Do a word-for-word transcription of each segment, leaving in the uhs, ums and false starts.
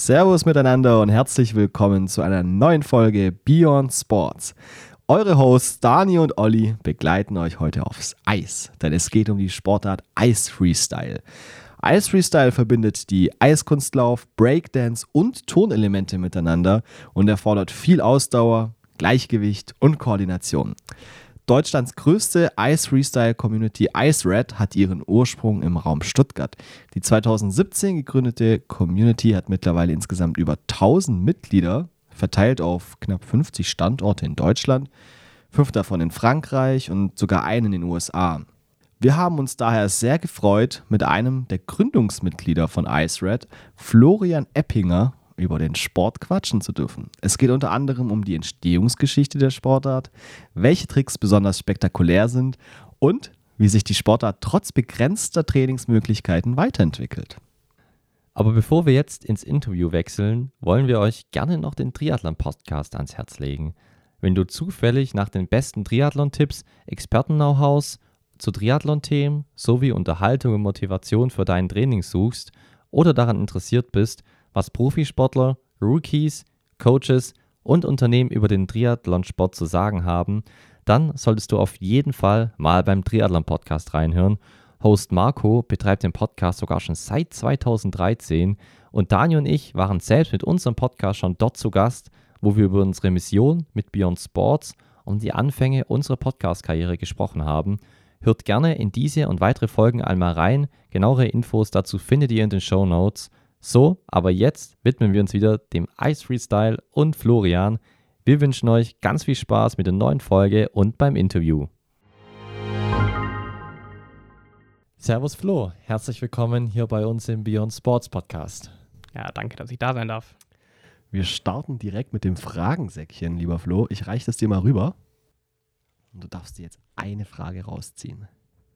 Servus miteinander und herzlich willkommen zu einer neuen Folge Beyond Sports. Eure Hosts Dani und Olli begleiten euch heute aufs Eis, denn es geht um die Sportart Ice Freestyle. Ice Freestyle verbindet die Eiskunstlauf, Breakdance und Turnelemente miteinander und erfordert viel Ausdauer, Gleichgewicht und Koordination. Deutschlands größte Ice-Freestyle-Community IceRed hat ihren Ursprung im Raum Stuttgart. Die zweitausendsiebzehn gegründete Community hat mittlerweile insgesamt über tausend Mitglieder, verteilt auf knapp fünfzig Standorte in Deutschland, fünf davon in Frankreich und sogar einen in den U S A. Wir haben uns daher sehr gefreut, mit einem der Gründungsmitglieder von IceRed, Florian Eppinger, über den Sport quatschen zu dürfen. Es geht unter anderem um die Entstehungsgeschichte der Sportart, welche Tricks besonders spektakulär sind und wie sich die Sportart trotz begrenzter Trainingsmöglichkeiten weiterentwickelt. Aber bevor wir jetzt ins Interview wechseln, wollen wir euch gerne noch den Triathlon-Podcast ans Herz legen. Wenn du zufällig nach den besten Triathlon-Tipps, Experten-Know-hows zu Triathlon-Themen sowie Unterhaltung und Motivation für dein Training suchst oder daran interessiert bist, was Profisportler, Rookies, Coaches und Unternehmen über den Triathlonsport zu sagen haben, dann solltest du auf jeden Fall mal beim Triathlon-Podcast reinhören. Host Marco betreibt den Podcast sogar schon seit zweitausenddreizehn und Dani und ich waren selbst mit unserem Podcast schon dort zu Gast, wo wir über unsere Mission mit Beyond Sports und die Anfänge unserer Podcast-Karriere gesprochen haben. Hört gerne in diese und weitere Folgen einmal rein. Genauere Infos dazu findet ihr in den Shownotes. So, aber jetzt widmen wir uns wieder dem Ice Freestyle und Florian. Wir wünschen euch ganz viel Spaß mit der neuen Folge und beim Interview. Servus Flo, herzlich willkommen hier bei uns im Beyond Sports Podcast. Ja, danke, dass ich da sein darf. Wir starten direkt mit dem Fragensäckchen, lieber Flo. Ich reiche das dir mal rüber und du darfst dir jetzt eine Frage rausziehen.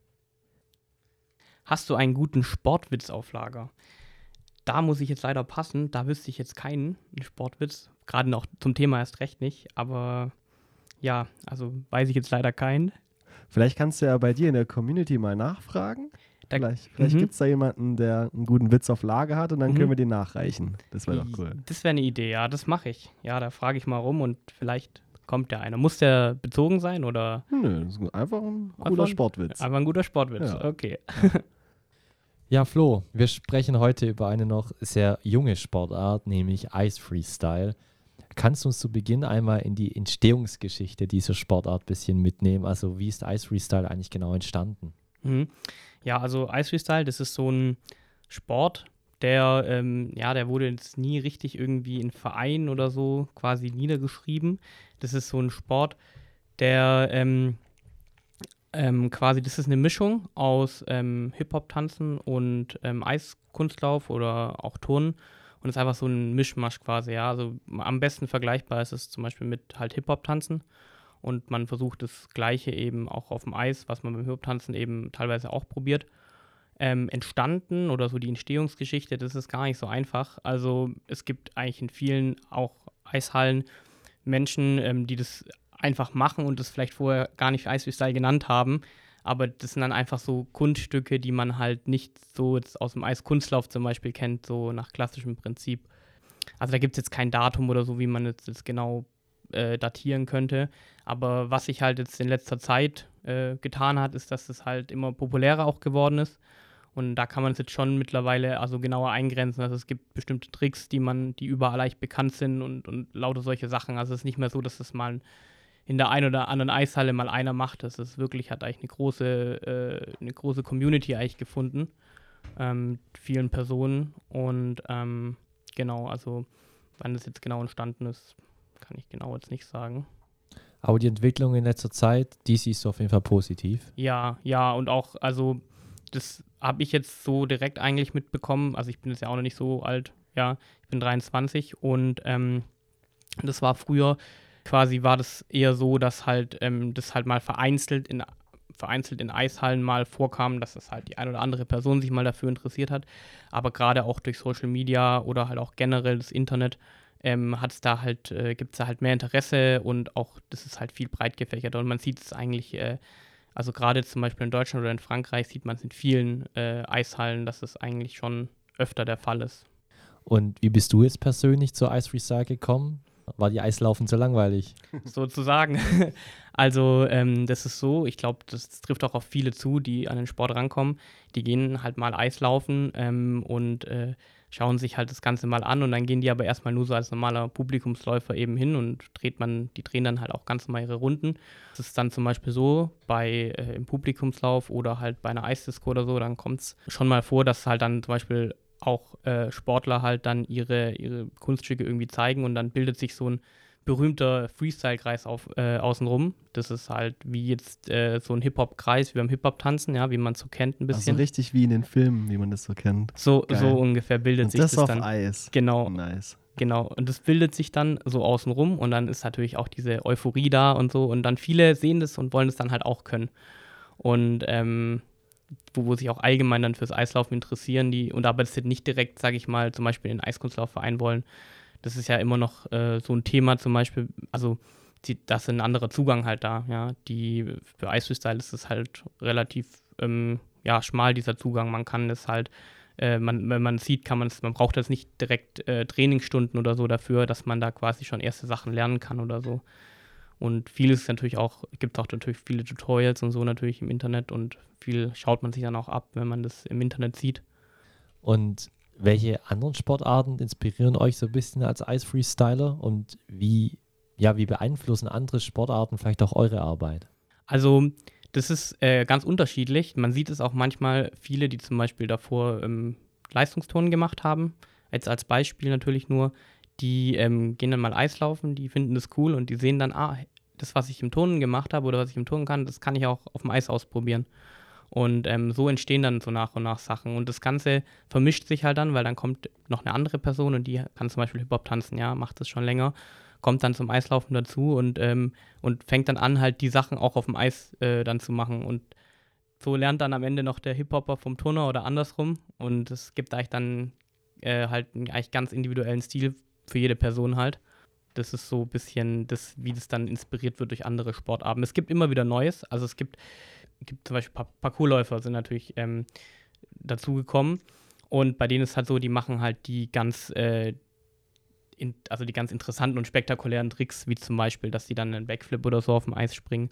Hast du einen guten Sportwitz auf Lager? Da muss ich jetzt leider passen, da wüsste ich jetzt keinen Sportwitz, gerade noch zum Thema erst recht nicht, aber ja, also weiß ich jetzt leider keinen. Vielleicht kannst du ja bei dir in der Community mal nachfragen. Da, vielleicht vielleicht mhm. gibt es da jemanden, der einen guten Witz auf Lager hat und dann Mhm. können wir den nachreichen. Das wäre doch cool. Das wäre eine Idee, ja, das mache ich. Ja, da frage ich mal rum und vielleicht kommt der einer. Muss der bezogen sein oder? Nö, das ist einfach ein cooler einfach, Sportwitz. Einfach ein guter Sportwitz, Ja. Okay. Ja, Flo, wir sprechen heute über eine noch sehr junge Sportart, nämlich Ice Freestyle. Kannst du uns zu Beginn einmal in die Entstehungsgeschichte dieser Sportart ein bisschen mitnehmen? Also wie ist Ice Freestyle eigentlich genau entstanden? Mhm. Ja, also Ice Freestyle, das ist so ein Sport, der, ähm, ja, der wurde jetzt nie richtig irgendwie in Verein oder so quasi niedergeschrieben. Das ist so ein Sport, der ähm, ähm, quasi, das ist eine Mischung aus ähm, Hip-Hop-Tanzen und ähm, Eiskunstlauf oder auch Turnen. Und ist einfach so ein Mischmasch quasi, ja. Also am besten vergleichbar ist es zum Beispiel mit halt Hip-Hop-Tanzen. Und man versucht das Gleiche eben auch auf dem Eis, was man beim Hip-Hop-Tanzen eben teilweise auch probiert. Ähm, entstanden oder so die Entstehungsgeschichte, das ist gar nicht so einfach. Also es gibt eigentlich in vielen auch Eishallen Menschen, ähm, die das einfach machen und das vielleicht vorher gar nicht Ice Freestyle genannt haben. Aber das sind dann einfach so Kunststücke, die man halt nicht so jetzt aus dem Eiskunstlauf zum Beispiel kennt, so nach klassischem Prinzip. Also da gibt es jetzt kein Datum oder so, wie man jetzt das genau äh, datieren könnte. Aber was sich halt jetzt in letzter Zeit äh, getan hat, ist, dass es halt immer populärer auch geworden ist. Und da kann man es jetzt schon mittlerweile also genauer eingrenzen. Also es gibt bestimmte Tricks, die man, die überall leicht bekannt sind und, und lauter solche Sachen. Also es ist nicht mehr so, dass es mal in der einen oder anderen Eishalle mal einer macht. Das ist wirklich, hat eigentlich eine große, äh, eine große Community eigentlich gefunden. Ähm, mit vielen Personen. Und ähm, genau, also wann das jetzt genau entstanden ist, kann ich genau jetzt nicht sagen. Aber die Entwicklung in letzter Zeit, die siehst du auf jeden Fall positiv. Ja, ja, und auch, also das habe ich jetzt so direkt eigentlich mitbekommen. Also ich bin jetzt ja auch noch nicht so alt, ja, ich bin dreiundzwanzig und ähm, das war früher, quasi war das eher so, dass halt ähm, das halt mal vereinzelt in, vereinzelt in Eishallen mal vorkam, dass das halt die eine oder andere Person sich mal dafür interessiert hat. Aber gerade auch durch Social Media oder halt auch generell das Internet ähm, hat's da halt, äh, gibt es da halt mehr Interesse und auch das ist halt viel breit gefächert und man sieht es eigentlich, äh, also gerade zum Beispiel in Deutschland oder in Frankreich sieht man es in vielen äh, Eishallen, dass es eigentlich schon öfter der Fall ist. Und wie bist du jetzt persönlich zur Ice Freestyle gekommen? War die Eislaufen so langweilig? Sozusagen. Also ähm, das ist so, ich glaube, das trifft auch auf viele zu, die an den Sport rankommen. Die gehen halt mal Eislaufen ähm, und äh, schauen sich halt das Ganze mal an und dann gehen die aber erstmal nur so als normaler Publikumsläufer eben hin und dreht man, die drehen dann halt auch ganz normal ihre Runden. Das ist dann zum Beispiel so, bei äh, im Publikumslauf oder halt bei einer Eisdisco oder so, dann kommt es schon mal vor, dass halt dann zum Beispiel auch äh, Sportler halt dann ihre, ihre Kunststücke irgendwie zeigen und dann bildet sich so ein berühmter Freestyle-Kreis auf, äh, außenrum. Das ist halt wie jetzt äh, so ein Hip-Hop-Kreis, wie beim Hip-Hop-Tanzen, ja, wie man es so kennt ein bisschen. Also richtig wie in den Filmen, wie man das so kennt. So, Geil. so ungefähr bildet und sich das das auf dann. Eis. Genau. Nice. Genau. Und das bildet sich dann so außenrum und dann ist natürlich auch diese Euphorie da und so und dann viele sehen das und wollen es dann halt auch können. Und ähm, wo, wo sich auch allgemein dann fürs Eislaufen interessieren, die und aber das jetzt nicht direkt, sage ich mal, zum Beispiel in den Eiskunstlaufverein wollen. Das ist ja immer noch äh, so ein Thema zum Beispiel, also die, da ist ein anderer Zugang halt da, ja. Die, für Eisfreestyle ist es halt relativ ähm, ja, schmal, dieser Zugang. Man kann es halt, äh, man, wenn man es sieht, kann man es, man braucht jetzt nicht direkt äh, Trainingsstunden oder so dafür, dass man da quasi schon erste Sachen lernen kann oder so. Und vieles ist natürlich auch, gibt auch natürlich viele Tutorials und so natürlich im Internet und viel schaut man sich dann auch ab, wenn man das im Internet sieht. Und welche anderen Sportarten inspirieren euch so ein bisschen als Eisfreestyler und wie, ja, wie beeinflussen andere Sportarten vielleicht auch eure Arbeit? Also das ist äh, ganz unterschiedlich. Man sieht es auch manchmal viele, die zum Beispiel davor ähm, Leistungsturnen gemacht haben, jetzt als Beispiel natürlich nur, die ähm, gehen dann mal Eislaufen, die finden das cool und die sehen dann, ah, das, was ich im Turnen gemacht habe oder was ich im Turnen kann, das kann ich auch auf dem Eis ausprobieren. Und ähm, so entstehen dann so nach und nach Sachen. Und das Ganze vermischt sich halt dann, weil dann kommt noch eine andere Person und die kann zum Beispiel Hip-Hop tanzen, ja, macht das schon länger, kommt dann zum Eislaufen dazu und, ähm, und fängt dann an, halt die Sachen auch auf dem Eis äh, dann zu machen. Und so lernt dann am Ende noch der Hip-Hopper vom Turner oder andersrum. Und es gibt eigentlich dann äh, halt einen eigentlich ganz individuellen Stil für jede Person halt. Das ist so ein bisschen, das, wie das dann inspiriert wird durch andere Sportarten. Es gibt immer wieder Neues. Also es gibt gibt zum Beispiel pa- Parkourläufer sind natürlich ähm, dazugekommen und bei denen ist halt so, die machen halt die ganz, äh, in, also die ganz interessanten und spektakulären Tricks, wie zum Beispiel, dass die dann einen Backflip oder so auf dem Eis springen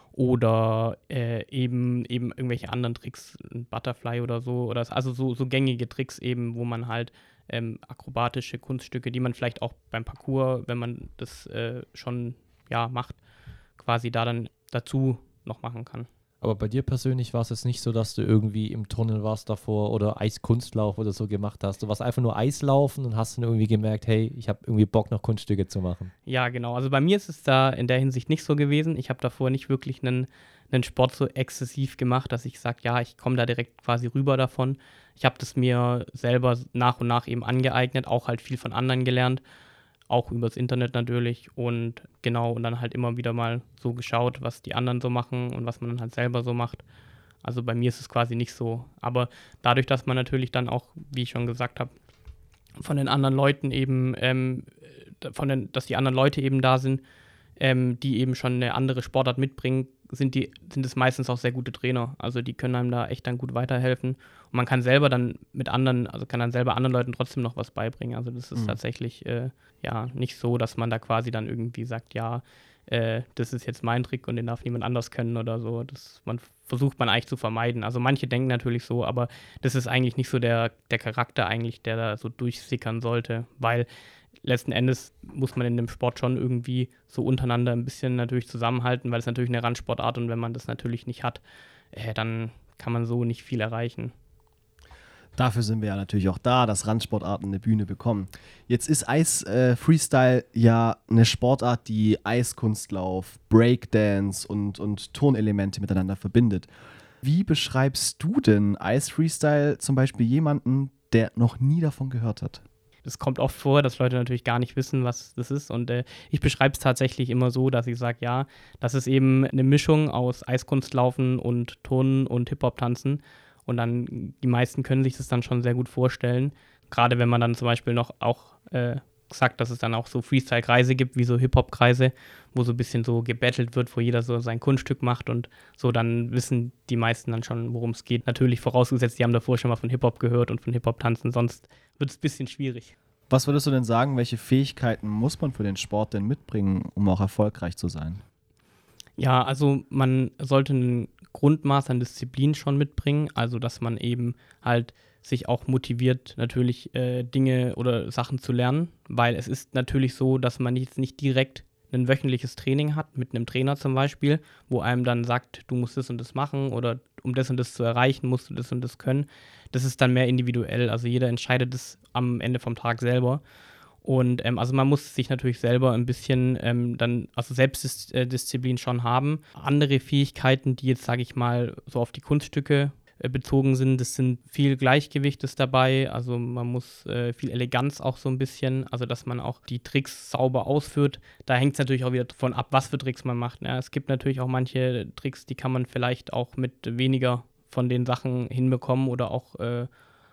oder äh, eben, eben irgendwelche anderen Tricks, ein Butterfly oder so, oder also so, so gängige Tricks eben, wo man halt ähm, akrobatische Kunststücke, die man vielleicht auch beim Parkour, wenn man das äh, schon ja, macht, quasi da dann dazu noch machen kann. Aber bei dir persönlich war es jetzt nicht so, dass du irgendwie im Tunnel warst davor oder Eiskunstlauf oder so gemacht hast. Du warst einfach nur Eislaufen und hast dann irgendwie gemerkt, hey, ich habe irgendwie Bock, noch Kunststücke zu machen. Ja, genau. Also bei mir ist es da in der Hinsicht nicht so gewesen. Ich habe davor nicht wirklich einen, einen Sport so exzessiv gemacht, dass ich sage, ja, ich komme da direkt quasi rüber davon. Ich habe das mir selber nach und nach eben angeeignet, auch halt viel von anderen gelernt. Auch übers Internet natürlich und genau, und dann halt immer wieder mal so geschaut, was die anderen so machen und was man dann halt selber so macht. Also bei mir ist es quasi nicht so. Aber dadurch, dass man natürlich dann auch, wie ich schon gesagt habe, von den anderen Leuten eben, ähm, von den, dass die anderen Leute eben da sind, ähm, die eben schon eine andere Sportart mitbringen, sind die, sind es meistens auch sehr gute Trainer. Also die können einem da echt dann gut weiterhelfen. Und man kann selber dann mit anderen, also kann dann selber anderen Leuten trotzdem noch was beibringen. Also das ist mhm. tatsächlich äh, ja nicht so, dass man da quasi dann irgendwie sagt, ja, äh, das ist jetzt mein Trick und den darf niemand anders können oder so. Das man versucht man eigentlich zu vermeiden. Also manche denken natürlich so, aber das ist eigentlich nicht so der, der Charakter eigentlich, der da so durchsickern sollte, weil letzten Endes muss man in dem Sport schon irgendwie so untereinander ein bisschen natürlich zusammenhalten, weil es natürlich eine Randsportart und wenn man das natürlich nicht hat, äh, dann kann man so nicht viel erreichen. Dafür sind wir ja natürlich auch da, dass Randsportarten eine Bühne bekommen. Jetzt ist Eis-Freestyle äh, ja eine Sportart, die Eiskunstlauf, Breakdance und, und Turnelemente miteinander verbindet. Wie beschreibst du denn Eis-Freestyle zum Beispiel jemanden, der noch nie davon gehört hat? Das kommt oft vor, dass Leute natürlich gar nicht wissen, was das ist. Und äh, ich beschreibe es tatsächlich immer so, dass ich sage, ja, das ist eben eine Mischung aus Eiskunstlaufen und Turnen und Hip-Hop-Tanzen. Und dann, die meisten können sich das dann schon sehr gut vorstellen. Gerade wenn man dann zum Beispiel noch auch äh, gesagt, dass es dann auch so Freestyle-Kreise gibt, wie so Hip-Hop-Kreise, wo so ein bisschen so gebettelt wird, wo jeder so sein Kunststück macht und so, dann wissen die meisten dann schon, worum es geht. Natürlich vorausgesetzt, die haben davor schon mal von Hip-Hop gehört und von Hip-Hop tanzen, sonst wird es ein bisschen schwierig. Was würdest du denn sagen, welche Fähigkeiten muss man für den Sport denn mitbringen, um auch erfolgreich zu sein? Ja, also man sollte ein Grundmaß an Disziplin schon mitbringen, also dass man eben halt sich auch motiviert, natürlich äh, Dinge oder Sachen zu lernen, weil es ist natürlich so, dass man jetzt nicht direkt ein wöchentliches Training hat, mit einem Trainer zum Beispiel, wo einem dann sagt, du musst das und das machen oder um das und das zu erreichen, musst du das und das können. Das ist dann mehr individuell, also jeder entscheidet das am Ende vom Tag selber. Und ähm, also man muss sich natürlich selber ein bisschen ähm, dann, also Selbstdisziplin schon haben. Andere Fähigkeiten, die jetzt, sage ich mal, so auf die Kunststücke äh, bezogen sind, das sind viel Gleichgewicht ist dabei, also man muss äh, viel Eleganz auch so ein bisschen, also dass man auch die Tricks sauber ausführt. Da hängt es natürlich auch wieder davon ab, was für Tricks man macht. Ja, es gibt natürlich auch manche Tricks, die kann man vielleicht auch mit weniger von den Sachen hinbekommen oder auch äh,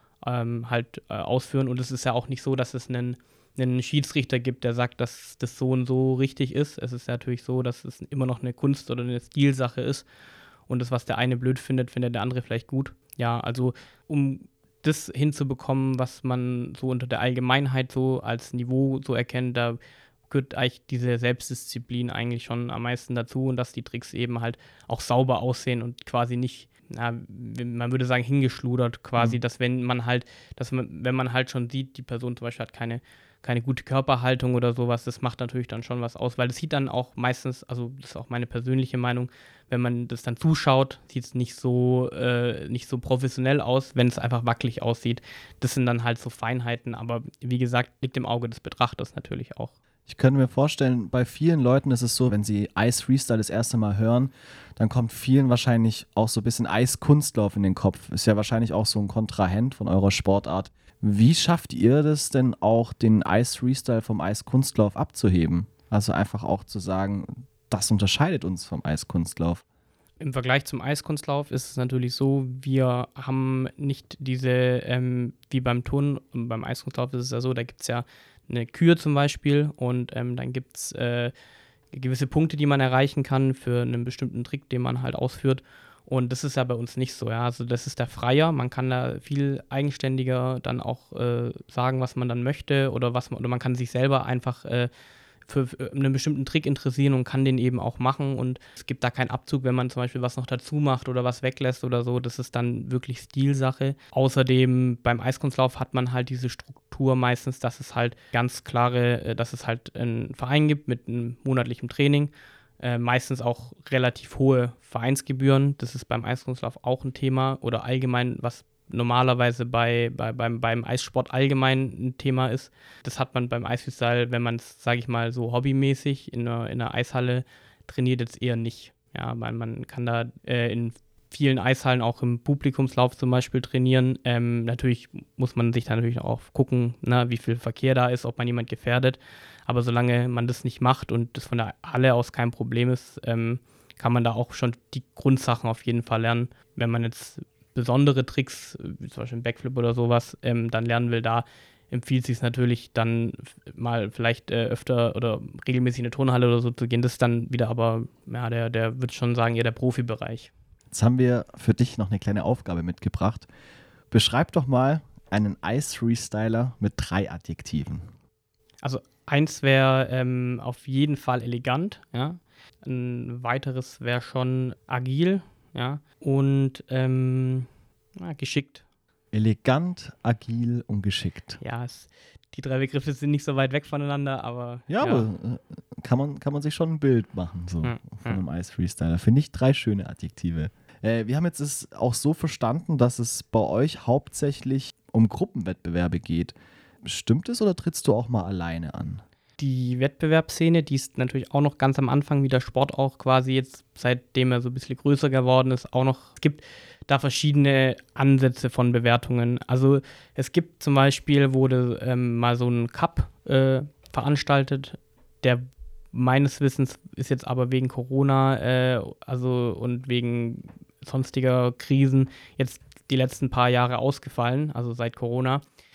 ähm, halt äh, ausführen. Und es ist ja auch nicht so, dass es einen einen Schiedsrichter gibt, der sagt, dass das so und so richtig ist. Es ist natürlich so, dass es immer noch eine Kunst- oder eine Stilsache ist und das, was der eine blöd findet, findet der andere vielleicht gut. Ja, also um das hinzubekommen, was man so unter der Allgemeinheit so als Niveau so erkennt, da gehört eigentlich diese Selbstdisziplin eigentlich schon am meisten dazu und dass die Tricks eben halt auch sauber aussehen und quasi nicht, na, man würde sagen, hingeschludert quasi, mhm. dass wenn man halt, dass man, wenn man halt schon sieht, die Person zum Beispiel hat keine keine gute Körperhaltung oder sowas, das macht natürlich dann schon was aus, weil das sieht dann auch meistens, also das ist auch meine persönliche Meinung, wenn man das dann zuschaut, sieht es nicht so, äh, nicht so professionell aus, wenn es einfach wackelig aussieht. Das sind dann halt so Feinheiten, aber wie gesagt, liegt im Auge des Betrachters natürlich auch. Ich könnte mir vorstellen, bei vielen Leuten ist es so, wenn sie Ice Freestyle das erste Mal hören, dann kommt vielen wahrscheinlich auch so ein bisschen Eiskunstlauf in den Kopf. Ist ja wahrscheinlich auch so ein Kontrahent von eurer Sportart. Wie schafft ihr das denn auch, den Ice Freestyle vom Eiskunstlauf abzuheben? Also einfach auch zu sagen, das unterscheidet uns vom Eiskunstlauf. Im Vergleich zum Eiskunstlauf ist es natürlich so, wir haben nicht diese, ähm, wie beim Turnen und beim Eiskunstlauf ist es ja so, da gibt es ja eine Kür zum Beispiel und ähm, dann gibt es äh, gewisse Punkte, die man erreichen kann für einen bestimmten Trick, den man halt ausführt. Und das ist ja bei uns nicht so, ja. Also das ist der Freier. Man kann da viel eigenständiger dann auch äh, sagen, was man dann möchte oder was man, oder man kann sich selber einfach äh, für, für einen bestimmten Trick interessieren und kann den eben auch machen. Und es gibt da keinen Abzug, wenn man zum Beispiel was noch dazu macht oder was weglässt oder so. Das ist dann wirklich Stilsache. Außerdem beim Eiskunstlauf hat man halt diese Struktur meistens, dass es halt ganz klare, äh, dass es halt einen Verein gibt mit einem monatlichen Training. Äh, meistens auch relativ hohe Vereinsgebühren. Das ist beim Eiskunstlauf auch ein Thema oder allgemein, was normalerweise bei, bei, beim, beim Eissport allgemein ein Thema ist. Das hat man beim Eisfreestyle, wenn man es, sage ich mal, so hobbymäßig in einer, in einer Eishalle trainiert, jetzt eher nicht. Ja, weil man kann da äh, in vielen Eishallen auch im Publikumslauf zum Beispiel trainieren. Ähm, natürlich muss man sich da natürlich auch gucken, na, wie viel Verkehr da ist, ob man jemand gefährdet. Aber solange man das nicht macht und das von der Halle aus kein Problem ist, ähm, kann man da auch schon die Grundsachen auf jeden Fall lernen. Wenn man jetzt besondere Tricks, wie zum Beispiel ein Backflip oder sowas, ähm, dann lernen will, da empfiehlt es sich natürlich dann mal vielleicht äh, öfter oder regelmäßig in eine Turnhalle oder so zu gehen. Das ist dann wieder aber, ja, der, der würde schon sagen, eher der Profibereich. Jetzt haben wir für dich noch eine kleine Aufgabe mitgebracht. Beschreib doch mal einen Ice-Freestyler mit drei Adjektiven. Also eins wäre ähm, auf jeden Fall elegant, ja. Ein weiteres wäre schon agil, ja. Und ähm, ja, geschickt. Elegant, agil und geschickt. Ja, es, die drei Begriffe sind nicht so weit weg voneinander, aber Ja, ja. aber äh, kann, man, kann man sich schon ein Bild machen, so Hm, von hm. einem Ice-Freestyler. Finde ich drei schöne Adjektive. Äh, wir haben jetzt es auch so verstanden, dass es bei euch hauptsächlich um Gruppenwettbewerbe geht. Stimmt es oder trittst du auch mal alleine an? Die Wettbewerbsszene, die ist natürlich auch noch ganz am Anfang, wie der Sport auch quasi jetzt, seitdem er so ein bisschen größer geworden ist, auch noch, es gibt da verschiedene Ansätze von Bewertungen. Also es gibt zum Beispiel, wurde ähm, mal so ein Cup äh, veranstaltet, der meines Wissens ist jetzt aber wegen Corona äh, also und wegen sonstiger Krisen jetzt die letzten paar Jahre ausgefallen, also seit Corona.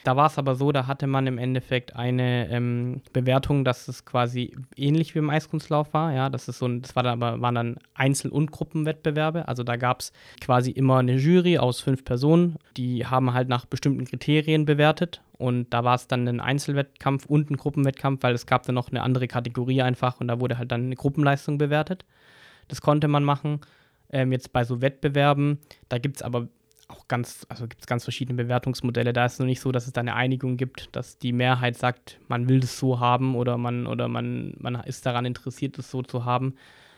Da war es aber so, da hatte man im Endeffekt eine ähm, Bewertung, dass es quasi ähnlich wie im Eiskunstlauf war. Ja, das ist so ein, das war dann aber, waren dann Einzel- und Gruppenwettbewerbe. Also da gab es quasi immer eine Jury aus fünf Personen, die haben halt nach bestimmten Kriterien bewertet. Und da war es dann ein Einzelwettkampf und ein Gruppenwettkampf, weil es gab dann noch eine andere Kategorie einfach und da wurde halt dann eine Gruppenleistung bewertet. Das konnte man machen. Ähm, jetzt bei so Wettbewerben, da gibt es aber auch ganz, also gibt es ganz verschiedene Bewertungsmodelle. Da ist es noch nicht so, dass es da eine Einigung gibt, dass die Mehrheit sagt, man will das so haben oder man oder man, man ist daran interessiert, das so zu haben.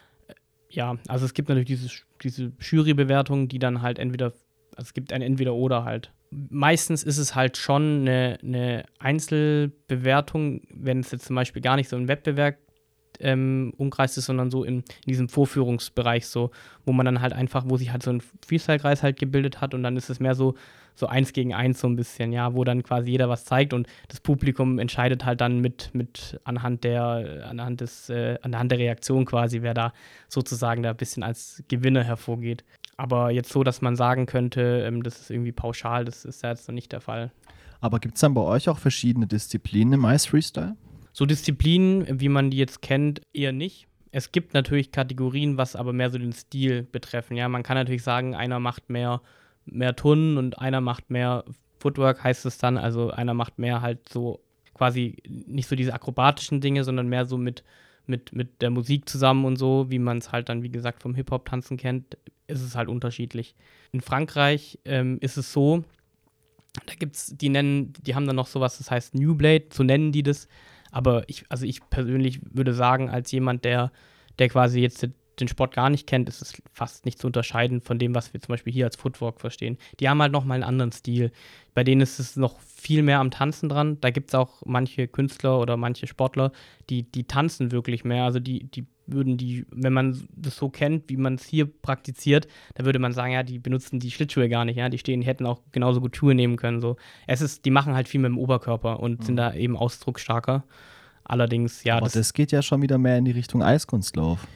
Ja, also es gibt natürlich diese, diese Jurybewertung, die dann halt entweder, also es gibt ein Entweder-Oder halt. Meistens ist es halt schon eine, eine Einzelbewertung, wenn es jetzt zum Beispiel gar nicht so ein Wettbewerb Ähm, Umkreis ist, sondern so in, in diesem Vorführungsbereich so, wo man dann halt einfach, wo sich halt so ein Freestyle-Kreis halt gebildet hat und dann ist es mehr so, so eins gegen eins so ein bisschen, ja, wo dann quasi jeder was zeigt und das Publikum entscheidet halt dann mit, mit anhand der, anhand des, äh, anhand der Reaktion quasi, wer da sozusagen da ein bisschen als Gewinner hervorgeht. Aber jetzt so, dass man sagen könnte, ähm, das ist irgendwie pauschal, das ist ja jetzt noch nicht der Fall. Aber gibt es dann bei euch auch verschiedene Disziplinen im Eis-Freestyle? So Disziplinen, wie man die jetzt kennt, eher nicht. Es gibt natürlich Kategorien, was aber mehr so den Stil betreffen. Ja, man kann natürlich sagen, einer macht mehr, mehr Turnen und einer macht mehr Footwork, heißt es dann. Also einer macht mehr halt so quasi nicht so diese akrobatischen Dinge, sondern mehr so mit, mit, mit der Musik zusammen und so, wie man es halt dann, wie gesagt, vom Hip-Hop-Tanzen kennt, ist es halt unterschiedlich. In Frankreich ähm, ist es so, da gibt's, die nennen, die haben dann noch sowas, das heißt New Blade, so nennen die das. Aber ich, also ich persönlich würde sagen, als jemand, der, der quasi jetzt den Sport gar nicht kennt, ist es fast nicht zu unterscheiden von dem, was wir zum Beispiel hier als Footwork verstehen. Die haben halt nochmal einen anderen Stil. Bei denen ist es noch viel mehr am Tanzen dran. Da gibt es auch manche Künstler oder manche Sportler, die, die tanzen wirklich mehr. Also die, die würden die, wenn man das so kennt, wie man es hier praktiziert, da würde man sagen, ja, die benutzen die Schlittschuhe gar nicht, ja, die stehen, die hätten auch genauso gut Schuhe nehmen können, so. Es ist, die machen halt viel mit dem Oberkörper und mhm. sind da eben ausdrucksstarker. Allerdings, ja. Aber das, das geht ja schon wieder mehr in die Richtung Eiskunstlauf.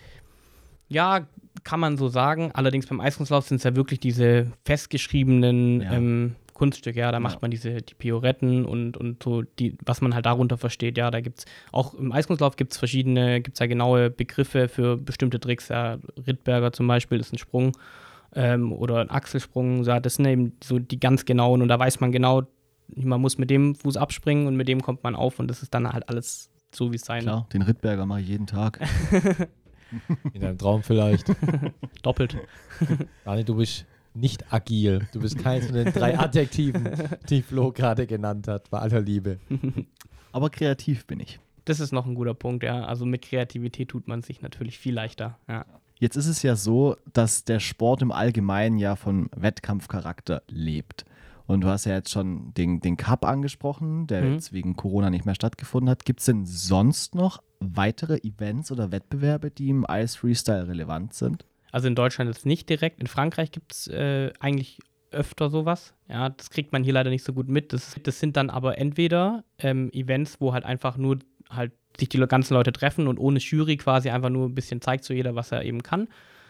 Ja, kann man so sagen. Allerdings beim Eiskunstlauf sind es ja wirklich diese festgeschriebenen ja. ähm, Kunststücke, ja, da ja. macht man diese die Pioretten und, und so, die, was man halt darunter versteht, ja, da gibt es, auch im Eiskunstlauf gibt es verschiedene, gibt es ja genaue Begriffe für bestimmte Tricks, ja, Rittberger zum Beispiel ist ein Sprung ähm, oder ein Achselsprung, ja, das sind eben so die ganz genauen und da weiß man genau, man muss mit dem Fuß abspringen und mit dem kommt man auf und das ist dann halt alles so, wie es sein. Klar, den Rittberger mache ich jeden Tag. In deinem Traum vielleicht. Doppelt. Dani, du bist nicht agil. Du bist keins von den drei Adjektiven, die Flo gerade genannt hat, bei aller Liebe. Aber kreativ bin ich. Das ist noch ein guter Punkt, ja. Also mit Kreativität tut man sich natürlich viel leichter, ja. Jetzt ist es ja so, dass der Sport im Allgemeinen ja von Wettkampfcharakter lebt. Und du hast ja jetzt schon den, den Cup angesprochen, der mhm. jetzt wegen Corona nicht mehr stattgefunden hat. Gibt es denn sonst noch weitere Events oder Wettbewerbe, die im Eis-Freestyle relevant sind? Also in Deutschland jetzt nicht direkt. In Frankreich gibt es äh, eigentlich öfter sowas. Ja, das kriegt man hier leider nicht so gut mit. Das, das sind dann aber entweder ähm, Events, wo halt einfach nur halt sich die ganzen Leute treffen und ohne Jury quasi einfach nur ein bisschen zeigt so jeder, was er eben kann.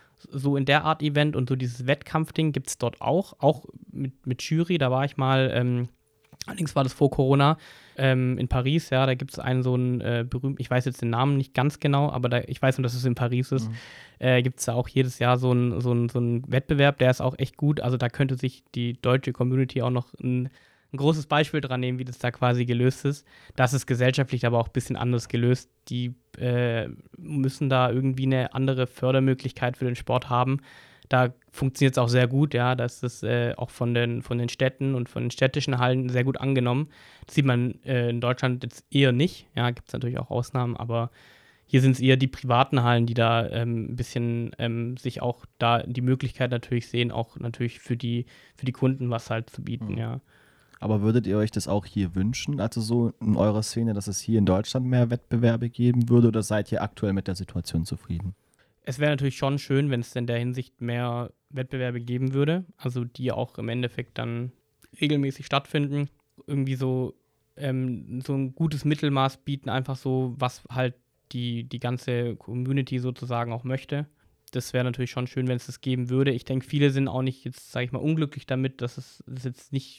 So in der Art Event und so dieses Wettkampfding gibt es dort auch, auch mit, mit Jury, da war ich mal, ähm, allerdings war das vor Corona, ähm, in Paris, ja, da gibt es einen so einen äh, berühmten, ich weiß jetzt den Namen nicht ganz genau, aber da, ich weiß nur, dass es in Paris ist, mhm. äh, gibt es da auch jedes Jahr so einen so so ein Wettbewerb, der ist auch echt gut, also da könnte sich die deutsche Community auch noch ein ein großes Beispiel dran nehmen, wie das da quasi gelöst ist. Das ist gesellschaftlich aber auch ein bisschen anders gelöst. Die äh, müssen da irgendwie eine andere Fördermöglichkeit für den Sport haben. Da funktioniert es auch sehr gut, ja. Das ist äh, auch von den, von den Städten und von den städtischen Hallen sehr gut angenommen. Das sieht man äh, in Deutschland jetzt eher nicht. Ja, gibt es natürlich auch Ausnahmen, aber hier sind es eher die privaten Hallen, die da ähm, ein bisschen ähm, sich auch da die Möglichkeit natürlich sehen, auch natürlich für die, für die Kunden was halt zu bieten, mhm. ja. Aber würdet ihr euch das auch hier wünschen, also so in eurer Szene, dass es hier in Deutschland mehr Wettbewerbe geben würde oder seid ihr aktuell mit der Situation zufrieden? Es wäre natürlich schon schön, wenn es in der Hinsicht mehr Wettbewerbe geben würde, also die auch im Endeffekt dann regelmäßig stattfinden, irgendwie so, ähm, so ein gutes Mittelmaß bieten, einfach so, was halt die, die ganze Community sozusagen auch möchte. Das wäre natürlich schon schön, wenn es das geben würde. Ich denke, viele sind auch nicht jetzt, sage ich mal, unglücklich damit, dass es das jetzt nicht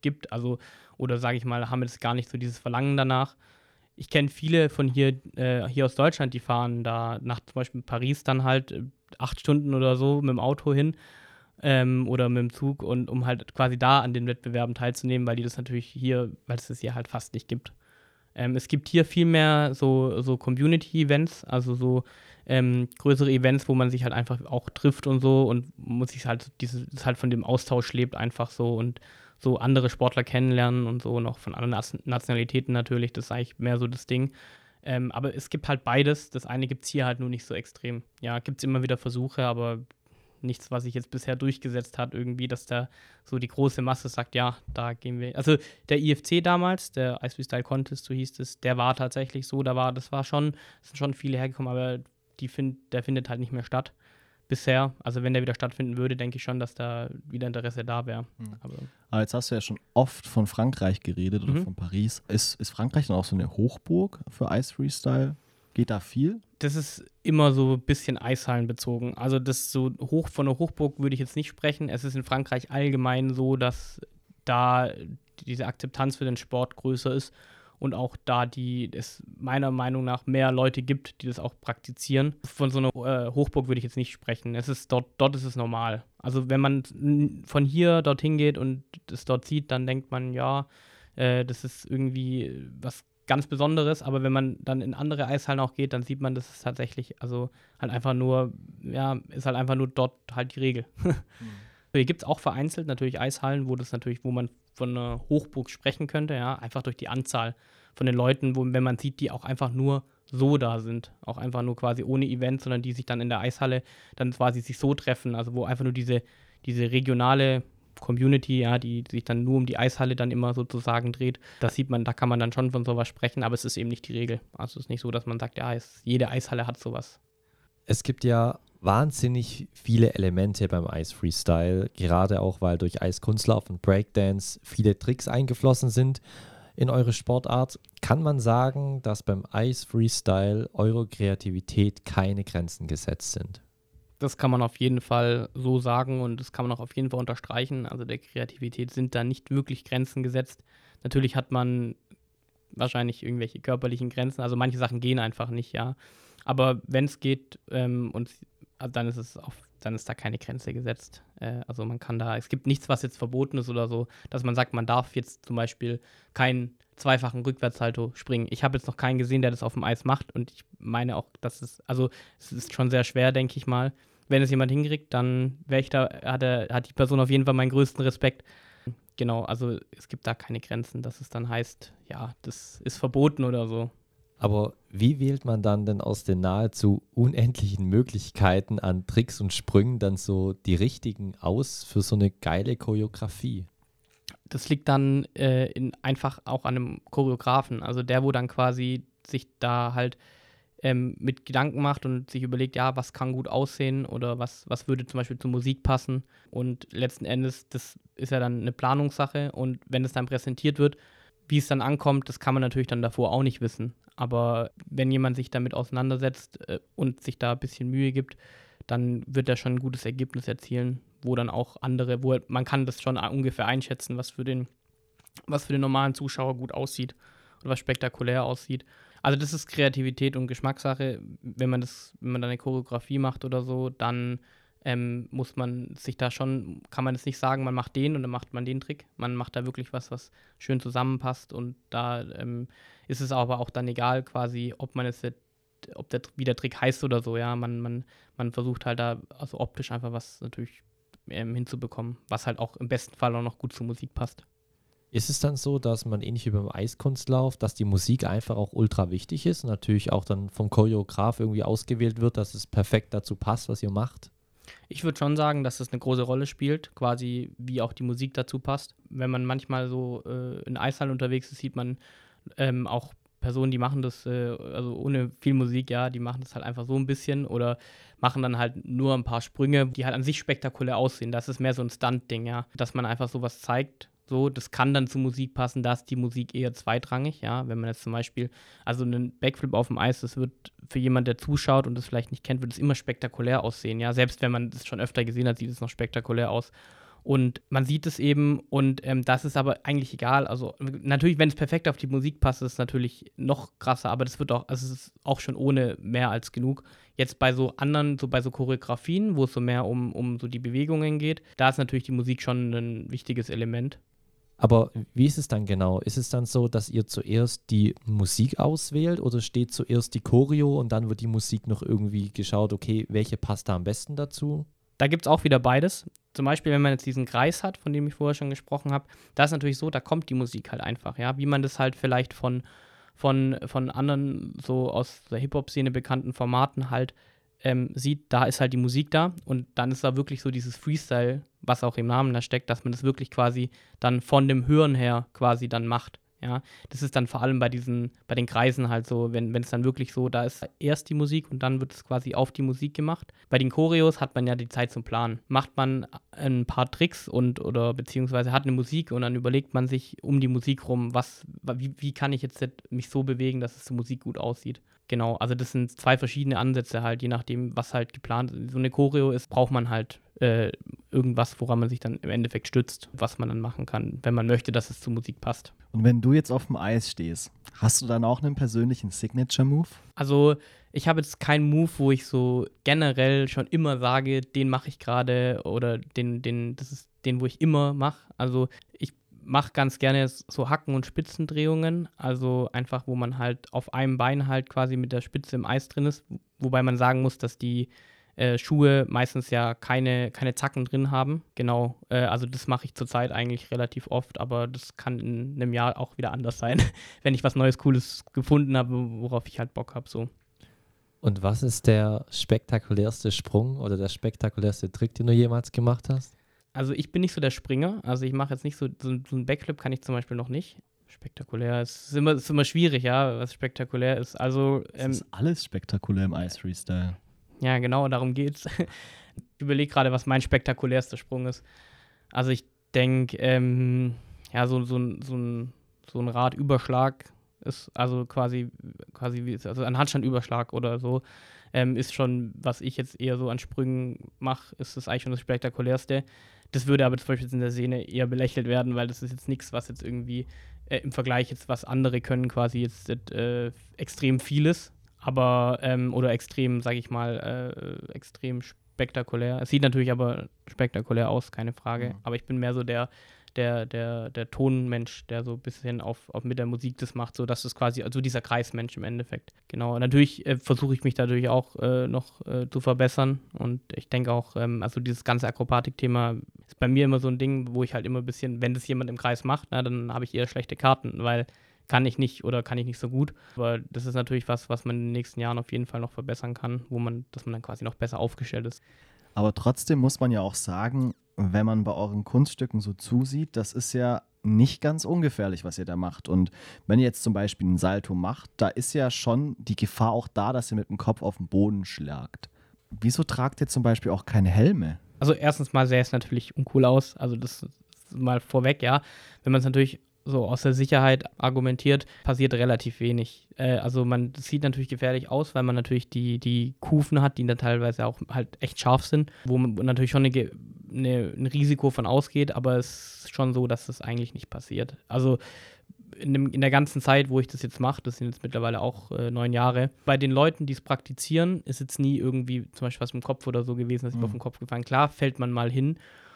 gibt. Also, oder sage ich mal, haben jetzt gar nicht so dieses Verlangen danach. Ich kenne viele von hier, äh, hier aus Deutschland, die fahren da nach zum Beispiel Paris dann halt äh, acht Stunden oder so mit dem Auto hin ähm, oder mit dem Zug, und um halt quasi da an den Wettbewerben teilzunehmen, weil die das natürlich hier, weil es das hier halt fast nicht gibt. Ähm, es gibt hier viel mehr so, so Community-Events, also so ähm, größere Events, wo man sich halt einfach auch trifft und so, und muss sich halt, dieses halt von dem Austausch lebt einfach so, und so andere Sportler kennenlernen und so, und auch von anderen Nationalitäten natürlich, das ist eigentlich mehr so das Ding. Ähm, aber es gibt halt beides, das eine gibt es hier halt nur nicht so extrem. Ja, gibt es immer wieder Versuche, aber nichts, was sich jetzt bisher durchgesetzt hat, irgendwie, dass da so die große Masse sagt, ja, da gehen wir. Also der I F C damals, der Ice Freestyle Contest, so hieß es, der war tatsächlich so, da war, das war schon, es sind schon viele hergekommen, aber die find, der findet halt nicht mehr statt bisher. Also wenn der wieder stattfinden würde, denke ich schon, dass da wieder Interesse da wäre. Mhm. Aber, Aber jetzt hast du ja schon oft von Frankreich geredet oder Mhm. von Paris. Ist, ist Frankreich dann auch so eine Hochburg für Ice Freestyle? Geht da viel? das ist immer so ein bisschen Eishallen bezogen. Also das so hoch von der Hochburg würde ich jetzt nicht sprechen. Es ist in Frankreich allgemein so, dass da diese Akzeptanz für den Sport größer ist und auch da die es meiner Meinung nach mehr Leute gibt, die das auch praktizieren. Von so einer äh, Hochburg würde ich jetzt nicht sprechen. Es ist dort, dort ist es normal. Also wenn man n- von hier dorthin geht und es dort sieht, dann denkt man, ja, äh, das ist irgendwie was ganz Besonderes, aber wenn man dann in andere Eishallen auch geht, dann sieht man, das ist tatsächlich, also halt einfach nur, ja, ist halt einfach nur dort halt die Regel. Mhm. Hier gibt es auch vereinzelt natürlich Eishallen, wo das natürlich, wo man von einer Hochburg sprechen könnte, ja, einfach durch die Anzahl von den Leuten, wo, wenn man sieht, die auch einfach nur so da sind, auch einfach nur quasi ohne Event, sondern die sich dann in der Eishalle dann quasi sich so treffen, also wo einfach nur diese, diese regionale Community, ja, die sich dann nur um die Eishalle dann immer sozusagen dreht. Das sieht man, da kann man dann schon von sowas sprechen, aber es ist eben nicht die Regel. Also es ist nicht so, dass man sagt, ja, es, jede Eishalle hat sowas. Es gibt ja wahnsinnig viele Elemente beim Ice Freestyle, gerade auch, weil durch Eiskunstlauf und Breakdance viele Tricks eingeflossen sind in eure Sportart. Kann man sagen, dass beim Ice Freestyle eurer Kreativität keine Grenzen gesetzt sind? Das kann man auf jeden Fall so sagen und das kann man auch auf jeden Fall unterstreichen. Also der Kreativität sind da nicht wirklich Grenzen gesetzt. Natürlich hat man wahrscheinlich irgendwelche körperlichen Grenzen, also manche Sachen gehen einfach nicht, ja. Aber wenn es geht, ähm, und also dann ist es auf, dann ist da keine Grenze gesetzt. Äh, also man kann da, es gibt nichts, was jetzt verboten ist oder so, dass man sagt, man darf jetzt zum Beispiel keinen zweifachen Rückwärtssalto springen. Ich habe jetzt noch keinen gesehen, der das auf dem Eis macht und ich meine auch, dass es, also es ist schon sehr schwer, denke ich mal. Wenn es jemand hinkriegt, dann wäre ich da, hat, er, hat die Person auf jeden Fall meinen größten Respekt. Genau, also es gibt da keine Grenzen, dass es dann heißt, ja, das ist verboten oder so. Aber wie wählt man dann denn aus den nahezu unendlichen Möglichkeiten an Tricks und Sprüngen dann so die richtigen aus für so eine geile Choreografie? Das liegt dann äh, in, einfach auch an einem Choreografen, also der, wo dann quasi sich da halt ähm, mit Gedanken macht und sich überlegt, ja, was kann gut aussehen oder was, was würde zum Beispiel zur Musik passen. Und letzten Endes, das ist ja dann eine Planungssache und wenn es dann präsentiert wird, wie es dann ankommt, das kann man natürlich dann davor auch nicht wissen. Aber wenn jemand sich damit auseinandersetzt äh, und sich da ein bisschen Mühe gibt, dann wird er schon ein gutes Ergebnis erzielen, wo dann auch andere, wo er, man kann das schon ungefähr einschätzen, was für den, was für den normalen Zuschauer gut aussieht oder was spektakulär aussieht. Also das ist Kreativität und Geschmackssache. Wenn man das, wenn man da eine Choreografie macht oder so, dann ähm, muss man sich da schon, kann man jetzt nicht sagen, man macht den und dann macht man den Trick. Man macht da wirklich was, was schön zusammenpasst und da ähm, ist es aber auch dann egal quasi, ob man es, ob der, wie der Trick heißt oder so, ja. Man, man, man versucht halt da also optisch einfach was natürlich ähm, hinzubekommen, was halt auch im besten Fall auch noch gut zur Musik passt. Ist es dann so, dass man ähnlich wie beim Eiskunstlauf, dass die Musik einfach auch ultra wichtig ist und natürlich auch dann vom Choreograf irgendwie ausgewählt wird, dass es perfekt dazu passt, was ihr macht? Ich würde schon sagen, dass das eine große Rolle spielt, quasi wie auch die Musik dazu passt. Wenn man manchmal so äh, in Eishallen unterwegs ist, sieht man ähm, auch Personen, die machen das, äh, also ohne viel Musik, ja, die machen das halt einfach so ein bisschen oder machen dann halt nur ein paar Sprünge, die halt an sich spektakulär aussehen. Das ist mehr so ein Stunt-Ding, ja, dass man einfach sowas zeigt. So, das kann dann zur Musik passen, da ist die Musik eher zweitrangig, ja, wenn man jetzt zum Beispiel, also einen Backflip auf dem Eis, das wird für jemanden, der zuschaut und das vielleicht nicht kennt, wird es immer spektakulär aussehen, ja, selbst wenn man das schon öfter gesehen hat, sieht es noch spektakulär aus Und man sieht es eben und ähm, das ist aber eigentlich egal. Also natürlich, wenn es perfekt auf die Musik passt, ist es natürlich noch krasser, aber das wird auch, also es ist auch schon ohne mehr als genug. Jetzt bei so anderen, so bei so Choreografien, wo es so mehr um, um so die Bewegungen geht, da ist natürlich die Musik schon ein wichtiges Element. Aber wie ist es dann genau? Ist es dann so, dass ihr zuerst die Musik auswählt oder steht zuerst die Choreo und dann wird die Musik noch irgendwie geschaut, okay, welche passt da am besten dazu? Da gibt es auch wieder beides. Zum Beispiel, wenn man jetzt diesen Kreis hat, von dem ich vorher schon gesprochen habe, da ist natürlich so, da kommt die Musik halt einfach, ja, wie man das halt vielleicht von, von, von anderen so aus der Hip-Hop-Szene bekannten Formaten halt ähm, sieht, da ist halt die Musik da und dann ist da wirklich so dieses Freestyle, was auch im Namen da steckt, dass man das wirklich quasi dann von dem Hören her quasi dann macht. Ja, das ist dann vor allem bei diesen, bei den Kreisen halt so, wenn es dann wirklich so, da ist erst die Musik und dann wird es quasi auf die Musik gemacht. Bei den Choreos hat man ja die Zeit zum Planen. Macht man ein paar Tricks und oder beziehungsweise hat eine Musik und dann überlegt man sich um die Musik rum, was, wie, wie kann ich jetzt mich so bewegen, dass es zur Musik gut aussieht. Genau, also das sind zwei verschiedene Ansätze halt, je nachdem, was halt geplant ist. So eine Choreo ist, braucht man halt äh, irgendwas, woran man sich dann im Endeffekt stützt, was man dann machen kann, wenn man möchte, dass es zur Musik passt. Und wenn du jetzt auf dem Eis stehst, hast du dann auch einen persönlichen Signature-Move? Also ich habe jetzt keinen Move, wo ich so generell schon immer sage, den mache ich gerade oder den, den, das ist den, wo ich immer mache. Also ich mache ganz gerne so Hacken- und Spitzendrehungen, also einfach, wo man halt auf einem Bein halt quasi mit der Spitze im Eis drin ist, wobei man sagen muss, dass die äh, Schuhe meistens ja keine, keine Zacken drin haben. Genau, äh, also das mache ich zurzeit eigentlich relativ oft, aber das kann in einem Jahr auch wieder anders sein, wenn ich was Neues, Cooles gefunden habe, worauf ich halt Bock habe, so. Und was ist der spektakulärste Sprung oder der spektakulärste Trick, den du jemals gemacht hast? Also ich bin nicht so der Springer, also ich mache jetzt nicht so, so, so einen Backflip kann ich zum Beispiel noch nicht. Spektakulär, es ist immer, ist immer schwierig, ja, was spektakulär ist. Also ähm, Es ist alles spektakulär im Ice Freestyle. ja, genau, darum geht's. Ich überlege gerade, was mein spektakulärster Sprung ist. Also ich denke, ähm, ja, so, so, so ein, so ein Radüberschlag ist, also quasi, quasi wie, also ein Handstandüberschlag oder so, ähm, ist schon, was ich jetzt eher so an Sprüngen mache, ist das eigentlich schon das Spektakulärste. Das würde aber zum Beispiel jetzt in der Szene eher belächelt werden, weil das ist jetzt nichts, was jetzt irgendwie äh, im Vergleich jetzt, was andere können, quasi jetzt äh, extrem vieles, aber, ähm, oder extrem, sag ich mal, äh, extrem spektakulär. Es sieht natürlich aber spektakulär aus, keine Frage, Mhm. aber ich bin mehr so der, der, der, der Tonmensch, der so ein bisschen auf, auf mit der Musik das macht, so dass es quasi, also dieser Kreismensch im Endeffekt. Genau, und natürlich äh, versuche ich mich dadurch auch äh, noch äh, zu verbessern und ich denke auch, ähm, also dieses ganze Akrobatik-Thema ist bei mir immer so ein Ding, wo ich halt immer ein bisschen, wenn das jemand im Kreis macht, na, dann habe ich eher schlechte Karten, weil kann ich nicht oder kann ich nicht so gut, aber das ist natürlich was, was man in den nächsten Jahren auf jeden Fall noch verbessern kann, wo man, dass man dann quasi noch besser aufgestellt ist. Aber trotzdem muss man ja auch sagen, wenn man bei euren Kunststücken so zusieht, das ist ja nicht ganz ungefährlich, was ihr da macht. Und wenn ihr jetzt zum Beispiel einen Salto macht, da ist ja schon die Gefahr auch da, dass ihr mit dem Kopf auf den Boden schlagt. Wieso tragt ihr zum Beispiel auch keine Helme? Also erstens mal sähe es natürlich uncool aus, also das ist mal vorweg, ja. Wenn man es natürlich so aus der Sicherheit argumentiert, passiert relativ wenig. Äh, also man das sieht natürlich gefährlich aus, weil man natürlich die, die Kufen hat, die dann teilweise auch halt echt scharf sind, wo man natürlich schon eine, eine, ein Risiko von ausgeht, aber es ist schon so, dass das eigentlich nicht passiert. Also in, dem, in der ganzen Zeit, wo ich das jetzt mache, das sind jetzt mittlerweile auch äh, neun Jahre, bei den Leuten, die es praktizieren, ist jetzt nie irgendwie zum Beispiel was im Kopf oder so gewesen, dass ich Mhm. auf den Kopf gefallen. Klar, fällt man mal hin.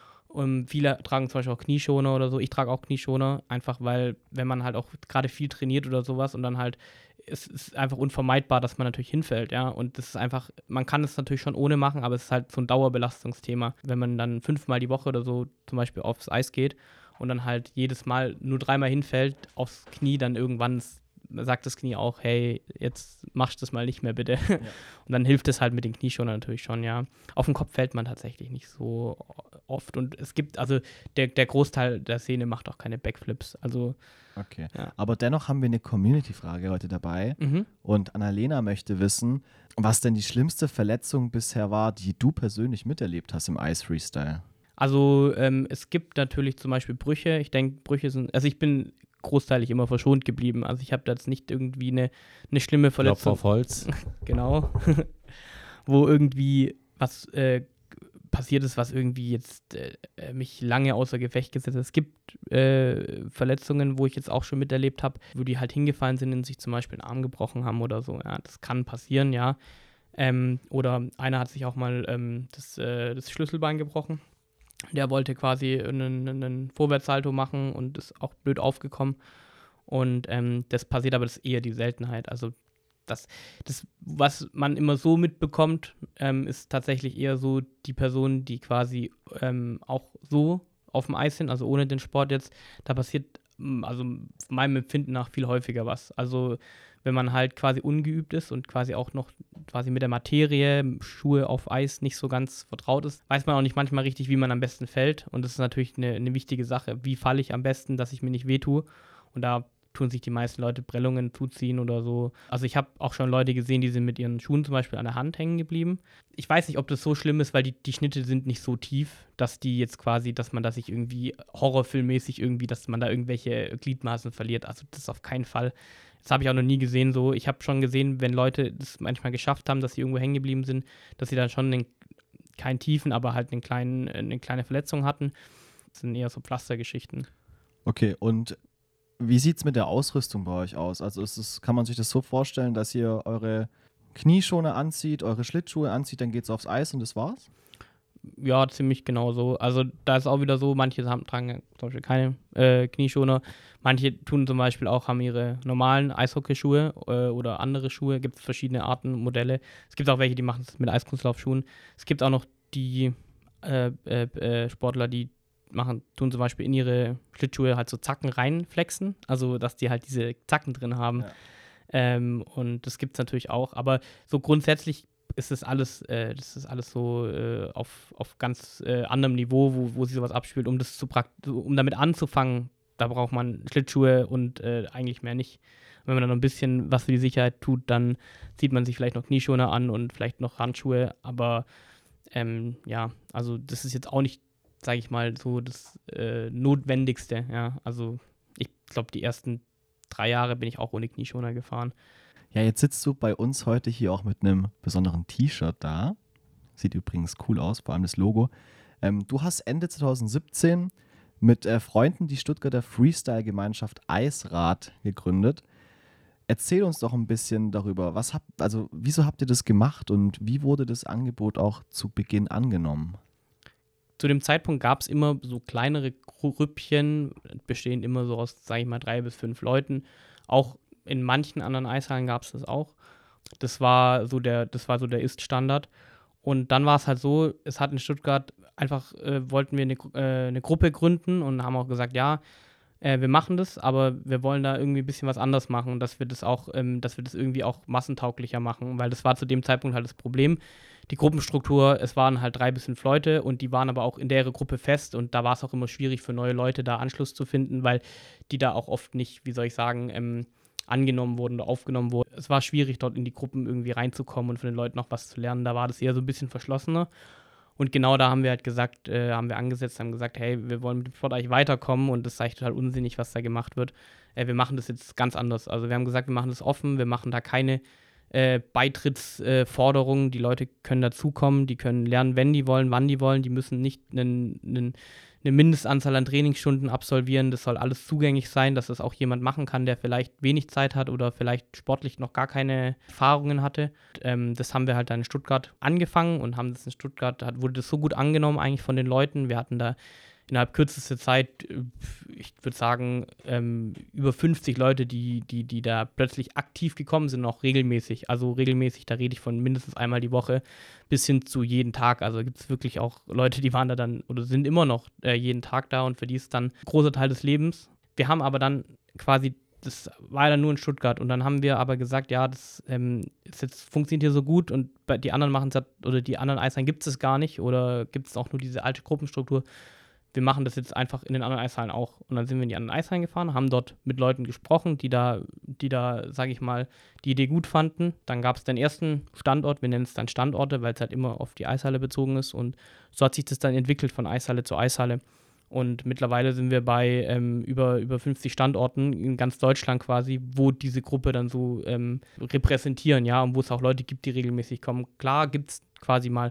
Und viele tragen zum Beispiel auch Knieschoner oder so. Ich trage auch Knieschoner, einfach weil, wenn man halt auch gerade viel trainiert oder sowas und dann halt, es ist einfach unvermeidbar, dass man natürlich hinfällt, ja. Und das ist einfach, man kann es natürlich schon ohne machen, aber es ist halt so ein Dauerbelastungsthema. Wenn man dann fünfmal die Woche oder so zum Beispiel aufs Eis geht und dann halt jedes Mal nur dreimal hinfällt aufs Knie, dann irgendwann ist, sagt das Knie auch, hey, jetzt machst du das mal nicht mehr, bitte. Ja. Und dann hilft es halt mit den Knieschonern natürlich schon, ja. Auf den Kopf fällt man tatsächlich nicht so oft. Und es gibt, also der, der Großteil der Szene macht auch keine Backflips. Also, Okay. Ja. Aber dennoch haben wir eine Community-Frage heute dabei. mhm. Und Annalena möchte wissen, was denn die schlimmste Verletzung bisher war, die du persönlich miterlebt hast im Ice Freestyle. Also ähm, es gibt natürlich zum Beispiel Brüche. Ich denke, Brüche sind, also ich bin großteilig immer verschont geblieben. Also ich habe da jetzt nicht irgendwie eine, eine schlimme Klopf Verletzung. auf Holz. Genau. Wo irgendwie was äh, passiert ist, was irgendwie jetzt äh, mich lange außer Gefecht gesetzt hat. Es gibt äh, Verletzungen, wo ich jetzt auch schon miterlebt habe, wo die halt hingefallen sind und sich zum Beispiel einen Arm gebrochen haben oder so. Ja, das kann passieren, ja. Ähm, oder einer hat sich auch mal ähm, das, äh, das Schlüsselbein gebrochen. Der wollte quasi einen, einen Vorwärtssalto machen und ist auch blöd aufgekommen. Und ähm, das passiert aber, das ist eher die Seltenheit. Also das, das was man immer so mitbekommt, ähm, ist tatsächlich eher so die Personen, die quasi ähm, auch so auf dem Eis sind, also ohne den Sport jetzt. Da passiert, also meinem Empfinden nach, viel häufiger was. Also wenn man halt quasi ungeübt ist und quasi auch noch quasi mit der Materie, Schuhe auf Eis nicht so ganz vertraut ist, weiß man auch nicht manchmal richtig, wie man am besten fällt. Und das ist natürlich eine, eine wichtige Sache. Wie falle ich am besten, dass ich mir nicht wehtue? Und da tun sich die meisten Leute Prellungen zuziehen oder so. Also ich habe auch schon Leute gesehen, die sind mit ihren Schuhen zum Beispiel an der Hand hängen geblieben. Ich weiß nicht, ob das so schlimm ist, weil die, die Schnitte sind nicht so tief, dass die jetzt quasi, dass man da sich irgendwie horrorfilmmäßig irgendwie, dass man da irgendwelche Gliedmaßen verliert. Also das ist auf keinen Fall. Das habe ich auch noch nie gesehen so. Ich habe schon gesehen, wenn Leute das manchmal geschafft haben, dass sie irgendwo hängen geblieben sind, dass sie dann schon einen, keinen tiefen, aber halt einen kleinen, eine kleine Verletzung hatten. Das sind eher so Pflastergeschichten. Okay, und wie sieht es mit der Ausrüstung bei euch aus? Also ist es, kann man sich das so vorstellen, dass ihr eure Knieschoner anzieht, eure Schlittschuhe anzieht, dann geht es aufs Eis und das war's? Ja, ziemlich genau so. Also da ist auch wieder so, manche haben, tragen zum Beispiel keine äh, Knieschoner. Manche tun zum Beispiel auch, haben ihre normalen Eishockeyschuhe äh, oder andere Schuhe. Gibt es verschiedene Arten, Modelle. Es gibt auch welche, die machen es mit Eiskunstlaufschuhen. Es gibt auch noch die äh, äh, äh, Sportler, die machen, tun zum Beispiel in ihre Schlittschuhe halt so Zacken reinflexen, also dass die halt diese Zacken drin haben. Ja. Ähm, und das gibt es natürlich auch, aber so grundsätzlich ist das alles, äh, das ist alles so äh, auf, auf ganz äh, anderem Niveau, wo, wo sich sowas abspielt, um das zu prakt- um damit anzufangen, da braucht man Schlittschuhe und äh, eigentlich mehr nicht. Und wenn man dann noch ein bisschen was für die Sicherheit tut, dann zieht man sich vielleicht noch Knieschoner an und vielleicht noch Handschuhe, aber ähm, ja, also das ist jetzt auch nicht, sage ich mal, so das äh, Notwendigste, ja, also ich glaube, die ersten drei Jahre bin ich auch ohne Knieschoner gefahren. Ja, jetzt sitzt du bei uns heute hier auch mit einem besonderen T-Shirt da. Sieht übrigens cool aus, vor allem das Logo. Ähm, du hast Ende zwanzig siebzehn mit äh, Freunden die Stuttgarter Freestyle-Gemeinschaft Eisrad gegründet. Erzähl uns doch ein bisschen darüber, was habt, also wieso habt ihr das gemacht und wie wurde das Angebot auch zu Beginn angenommen? Zu dem Zeitpunkt gab es immer so kleinere Grüppchen, bestehen immer so aus, sage ich mal, drei bis fünf Leuten. Auch in manchen anderen Eishallen gab es das auch. Das war so der, das war so der Ist-Standard. Und dann war es halt so, es hat in Stuttgart einfach, äh, wollten wir eine, äh, eine Gruppe gründen und haben auch gesagt, ja, äh, wir machen das, aber wir wollen da irgendwie ein bisschen was anders machen, dass wir das auch, ähm, dass wir das irgendwie auch massentauglicher machen, weil das war zu dem Zeitpunkt halt das Problem. Die Gruppenstruktur, es waren halt drei bis fünf Leute und die waren aber auch in der Gruppe fest und da war es auch immer schwierig für neue Leute da Anschluss zu finden, weil die da auch oft nicht, wie soll ich sagen, ähm, angenommen wurden oder aufgenommen wurden. Es war schwierig, dort in die Gruppen irgendwie reinzukommen und von den Leuten noch was zu lernen. Da war das eher so ein bisschen verschlossener. Und genau da haben wir halt gesagt, äh, haben wir angesetzt, haben gesagt, hey, wir wollen mit dem Sport eigentlich weiterkommen und das ist eigentlich total unsinnig, was da gemacht wird. Äh, wir machen das jetzt ganz anders. Also wir haben gesagt, wir machen das offen, wir machen da keine äh, Beitrittsforderungen. Äh, die Leute können dazukommen, die können lernen, wenn die wollen, wann die wollen. Die müssen nicht einen, einen eine Mindestanzahl an Trainingsstunden absolvieren. Das soll alles zugänglich sein, dass das auch jemand machen kann, der vielleicht wenig Zeit hat oder vielleicht sportlich noch gar keine Erfahrungen hatte. Ähm, das haben wir halt dann in Stuttgart angefangen und haben das in Stuttgart, hat, wurde das so gut angenommen eigentlich von den Leuten. Wir hatten da innerhalb kürzester Zeit, ich würde sagen, ähm, über fünfzig Leute, die, die, die da plötzlich aktiv gekommen sind, auch regelmäßig. Also regelmäßig, da rede ich von mindestens einmal die Woche bis hin zu jeden Tag. Also gibt es wirklich auch Leute, die waren da dann oder sind immer noch äh, jeden Tag da und für die ist dann ein großer Teil des Lebens. Wir haben aber dann quasi, das war dann nur in Stuttgart und dann haben wir aber gesagt, ja, das ähm, ist jetzt, funktioniert hier so gut und bei, die anderen machen es oder die anderen Eishallen gibt es gar nicht oder gibt es auch nur diese alte Gruppenstruktur. Wir machen das jetzt einfach in den anderen Eishallen auch. Und dann sind wir in die anderen Eishallen gefahren, haben dort mit Leuten gesprochen, die da, die da, sage ich mal, die Idee gut fanden. Dann gab es den ersten Standort, wir nennen es dann Standorte, weil es halt immer auf die Eishalle bezogen ist. Und so hat sich das dann entwickelt von Eishalle zu Eishalle. Und mittlerweile sind wir bei ähm, über, über fünfzig Standorten in ganz Deutschland quasi, wo diese Gruppe dann so ähm, repräsentieren, ja, und wo es auch Leute gibt, die regelmäßig kommen. Klar gibt es quasi mal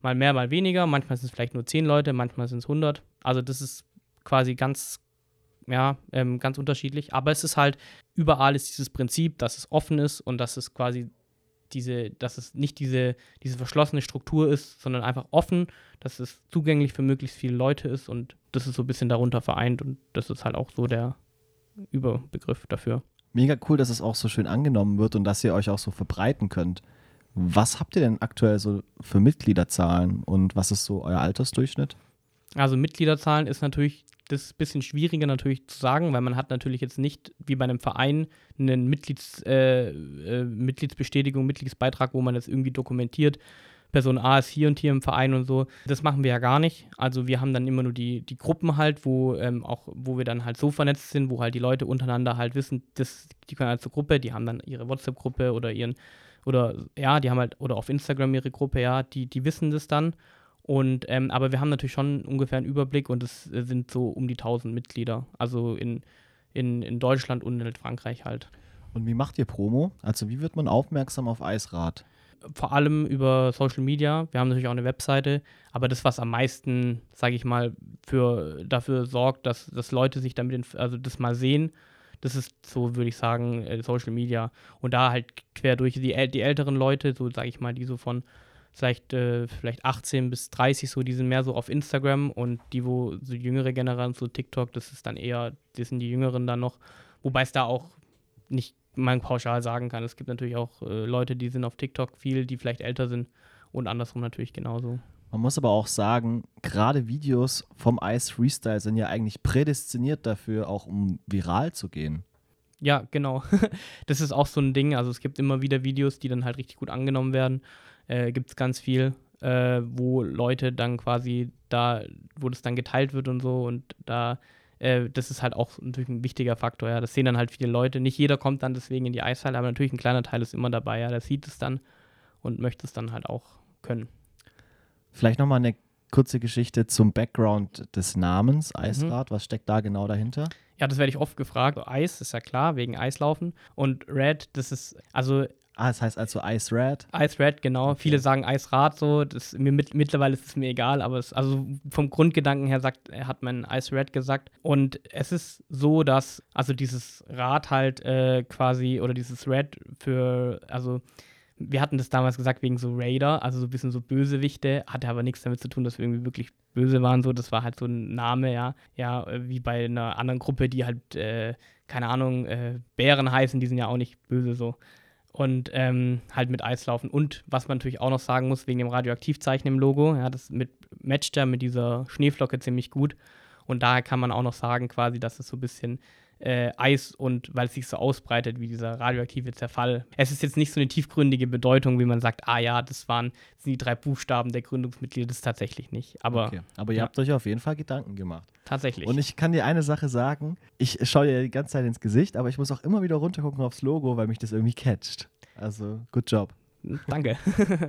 mal mehr, mal weniger. Manchmal sind es vielleicht nur zehn Leute, manchmal sind es hundert. Also das ist quasi ganz, ja, ähm, ganz unterschiedlich. Aber es ist halt, überall ist dieses Prinzip, dass es offen ist und dass es quasi diese, dass es nicht diese, diese verschlossene Struktur ist, sondern einfach offen, dass es zugänglich für möglichst viele Leute ist und das ist so ein bisschen darunter vereint und das ist halt auch so der Überbegriff dafür. Mega cool, dass es auch so schön angenommen wird und dass ihr euch auch so verbreiten könnt. Was habt ihr denn aktuell so für Mitgliederzahlen und was ist so euer Altersdurchschnitt? Also Mitgliederzahlen ist natürlich das ist ein bisschen schwieriger natürlich zu sagen, weil man hat natürlich jetzt nicht wie bei einem Verein einen Mitglieds, äh, äh, Mitgliedsbestätigung, Mitgliedsbeitrag, wo man das irgendwie dokumentiert. Person A ist hier und hier im Verein und so. Das machen wir ja gar nicht. Also wir haben dann immer nur die, die Gruppen halt, wo ähm, auch, wo wir dann halt so vernetzt sind, wo halt die Leute untereinander halt wissen, das, die können halt zur Gruppe, die haben dann ihre WhatsApp-Gruppe oder ihren, oder ja, die haben halt, oder auf Instagram ihre Gruppe, ja, die, die wissen das dann. Und, ähm, aber wir haben natürlich schon ungefähr einen Überblick und es äh, sind so um die tausend Mitglieder. Also in, in, in Deutschland und in Frankreich halt. Und wie macht ihr Promo? Also wie wird man aufmerksam auf Eisrad? Vor allem über Social Media. Wir haben natürlich auch eine Webseite, aber das, was am meisten, sage ich mal, für, dafür sorgt, dass, dass Leute sich damit, in, also das mal sehen, das ist so, würde ich sagen, äh, Social Media. Und da halt quer durch die, die älteren Leute, so sage ich mal, die so von vielleicht, äh, vielleicht achtzehn bis dreißig, so, die sind mehr so auf Instagram und die, wo so die jüngere Generation, so TikTok, das ist dann eher, das sind die Jüngeren dann noch, wobei es da auch nicht man pauschal sagen kann. Es gibt natürlich auch äh, Leute, die sind auf TikTok viel, die vielleicht älter sind und andersrum natürlich genauso. Man muss aber auch sagen, gerade Videos vom Ice Freestyle sind ja eigentlich prädestiniert dafür, auch um viral zu gehen. Ja, genau. Das ist auch so ein Ding. Also es gibt immer wieder Videos, die dann halt richtig gut angenommen werden. Äh, gibt es ganz viel, äh, wo Leute dann quasi da, wo das dann geteilt wird und so und da, äh, das ist halt auch natürlich ein wichtiger Faktor, ja, das sehen dann halt viele Leute, nicht jeder kommt dann deswegen in die Eishalle, aber natürlich ein kleiner Teil ist immer dabei, ja, der sieht es dann und möchte es dann halt auch können. Vielleicht nochmal eine kurze Geschichte zum Background des Namens Eisrad, mhm. Was steckt da genau dahinter? Ja, das werde ich oft gefragt, Eis ist ja klar, wegen Eislaufen und Red, das ist, also Ah, das heißt also Ice Red? Ice Red, genau. Okay. Viele sagen Eisrad so. Das, mir mit, mittlerweile ist es mir egal, aber es, also vom Grundgedanken her sagt, hat man Ice Red gesagt. Und es ist so, dass also dieses Rad halt äh, quasi oder dieses Red für, also wir hatten das damals gesagt wegen so Raider, also so ein bisschen so Bösewichte, hatte aber nichts damit zu tun, dass wir irgendwie wirklich böse waren. So, das war halt so ein Name, ja. Ja, wie bei einer anderen Gruppe, die halt, äh, keine Ahnung, äh, Bären heißen, die sind ja auch nicht böse so. Und ähm, halt mit Eislaufen. Und was man natürlich auch noch sagen muss, wegen dem Radioaktivzeichen im Logo, ja, das mit, matcht ja mit dieser Schneeflocke ziemlich gut. Und daher kann man auch noch sagen, quasi, dass es so ein bisschen äh, Eis und weil es sich so ausbreitet wie dieser radioaktive Zerfall. Es ist jetzt nicht so eine tiefgründige Bedeutung, wie man sagt, ah ja, das waren das sind die drei Buchstaben der Gründungsmitglieder, das tatsächlich nicht. Aber, okay. Aber ihr ja. habt euch auf jeden Fall Gedanken gemacht. Tatsächlich. Und ich kann dir eine Sache sagen, ich schaue dir die ganze Zeit ins Gesicht, aber ich muss auch immer wieder runtergucken aufs Logo, weil mich das irgendwie catcht. Also, good job. Danke.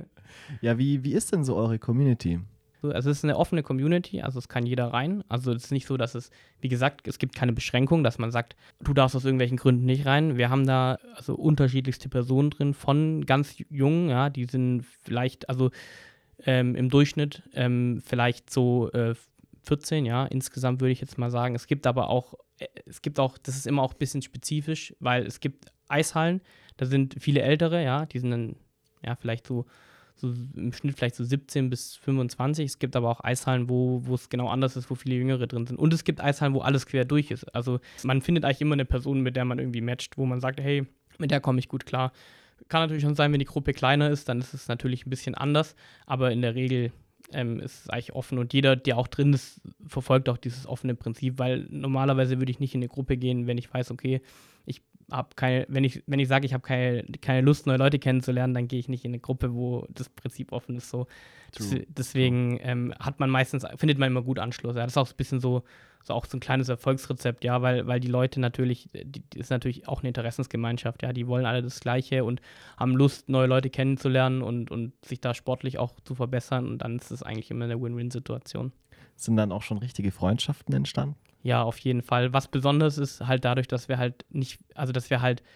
Ja, wie, wie ist denn so eure Community? Also es ist eine offene Community, also es kann jeder rein. Also es ist nicht so, dass es, wie gesagt, es gibt keine Beschränkung, dass man sagt, du darfst aus irgendwelchen Gründen nicht rein. Wir haben da also unterschiedlichste Personen drin, von ganz jung, ja, die sind vielleicht, also ähm, im Durchschnitt ähm, vielleicht so äh, vierzehn, ja, insgesamt würde ich jetzt mal sagen. Es gibt aber auch, es gibt auch, das ist immer auch ein bisschen spezifisch, weil es gibt Eishallen, da sind viele Ältere, ja, die sind dann, ja, vielleicht so so im Schnitt vielleicht so siebzehn bis fünfundzwanzig. Es gibt aber auch Eishallen, wo wo es genau anders ist, wo viele Jüngere drin sind. Und es gibt Eishallen, wo alles quer durch ist. Also man findet eigentlich immer eine Person, mit der man irgendwie matcht, wo man sagt, hey, mit der komme ich gut klar. Kann natürlich schon sein, wenn die Gruppe kleiner ist, dann ist es natürlich ein bisschen anders. Aber in der Regel ähm, ist es eigentlich offen. Und jeder, der auch drin ist, verfolgt auch dieses offene Prinzip. Weil normalerweise würde ich nicht in eine Gruppe gehen, wenn ich weiß, okay, ich habe keine, wenn ich, wenn ich sage, ich habe keine, keine Lust, neue Leute kennenzulernen, dann gehe ich nicht in eine Gruppe, wo das Prinzip offen ist. So. True. Deswegen ähm, hat man meistens, findet man immer gut Anschluss. Ja. Das ist auch so ein bisschen so, so auch so ein kleines Erfolgsrezept, ja, weil, weil die Leute natürlich, die, die ist natürlich auch eine Interessensgemeinschaft, ja, die wollen alle das Gleiche und haben Lust, neue Leute kennenzulernen und, und sich da sportlich auch zu verbessern und dann ist es eigentlich immer eine Win-Win-Situation. Sind dann auch schon richtige Freundschaften entstanden? Ja, auf jeden Fall. Was besonders ist halt dadurch, dass wir halt nicht, also dass wir halt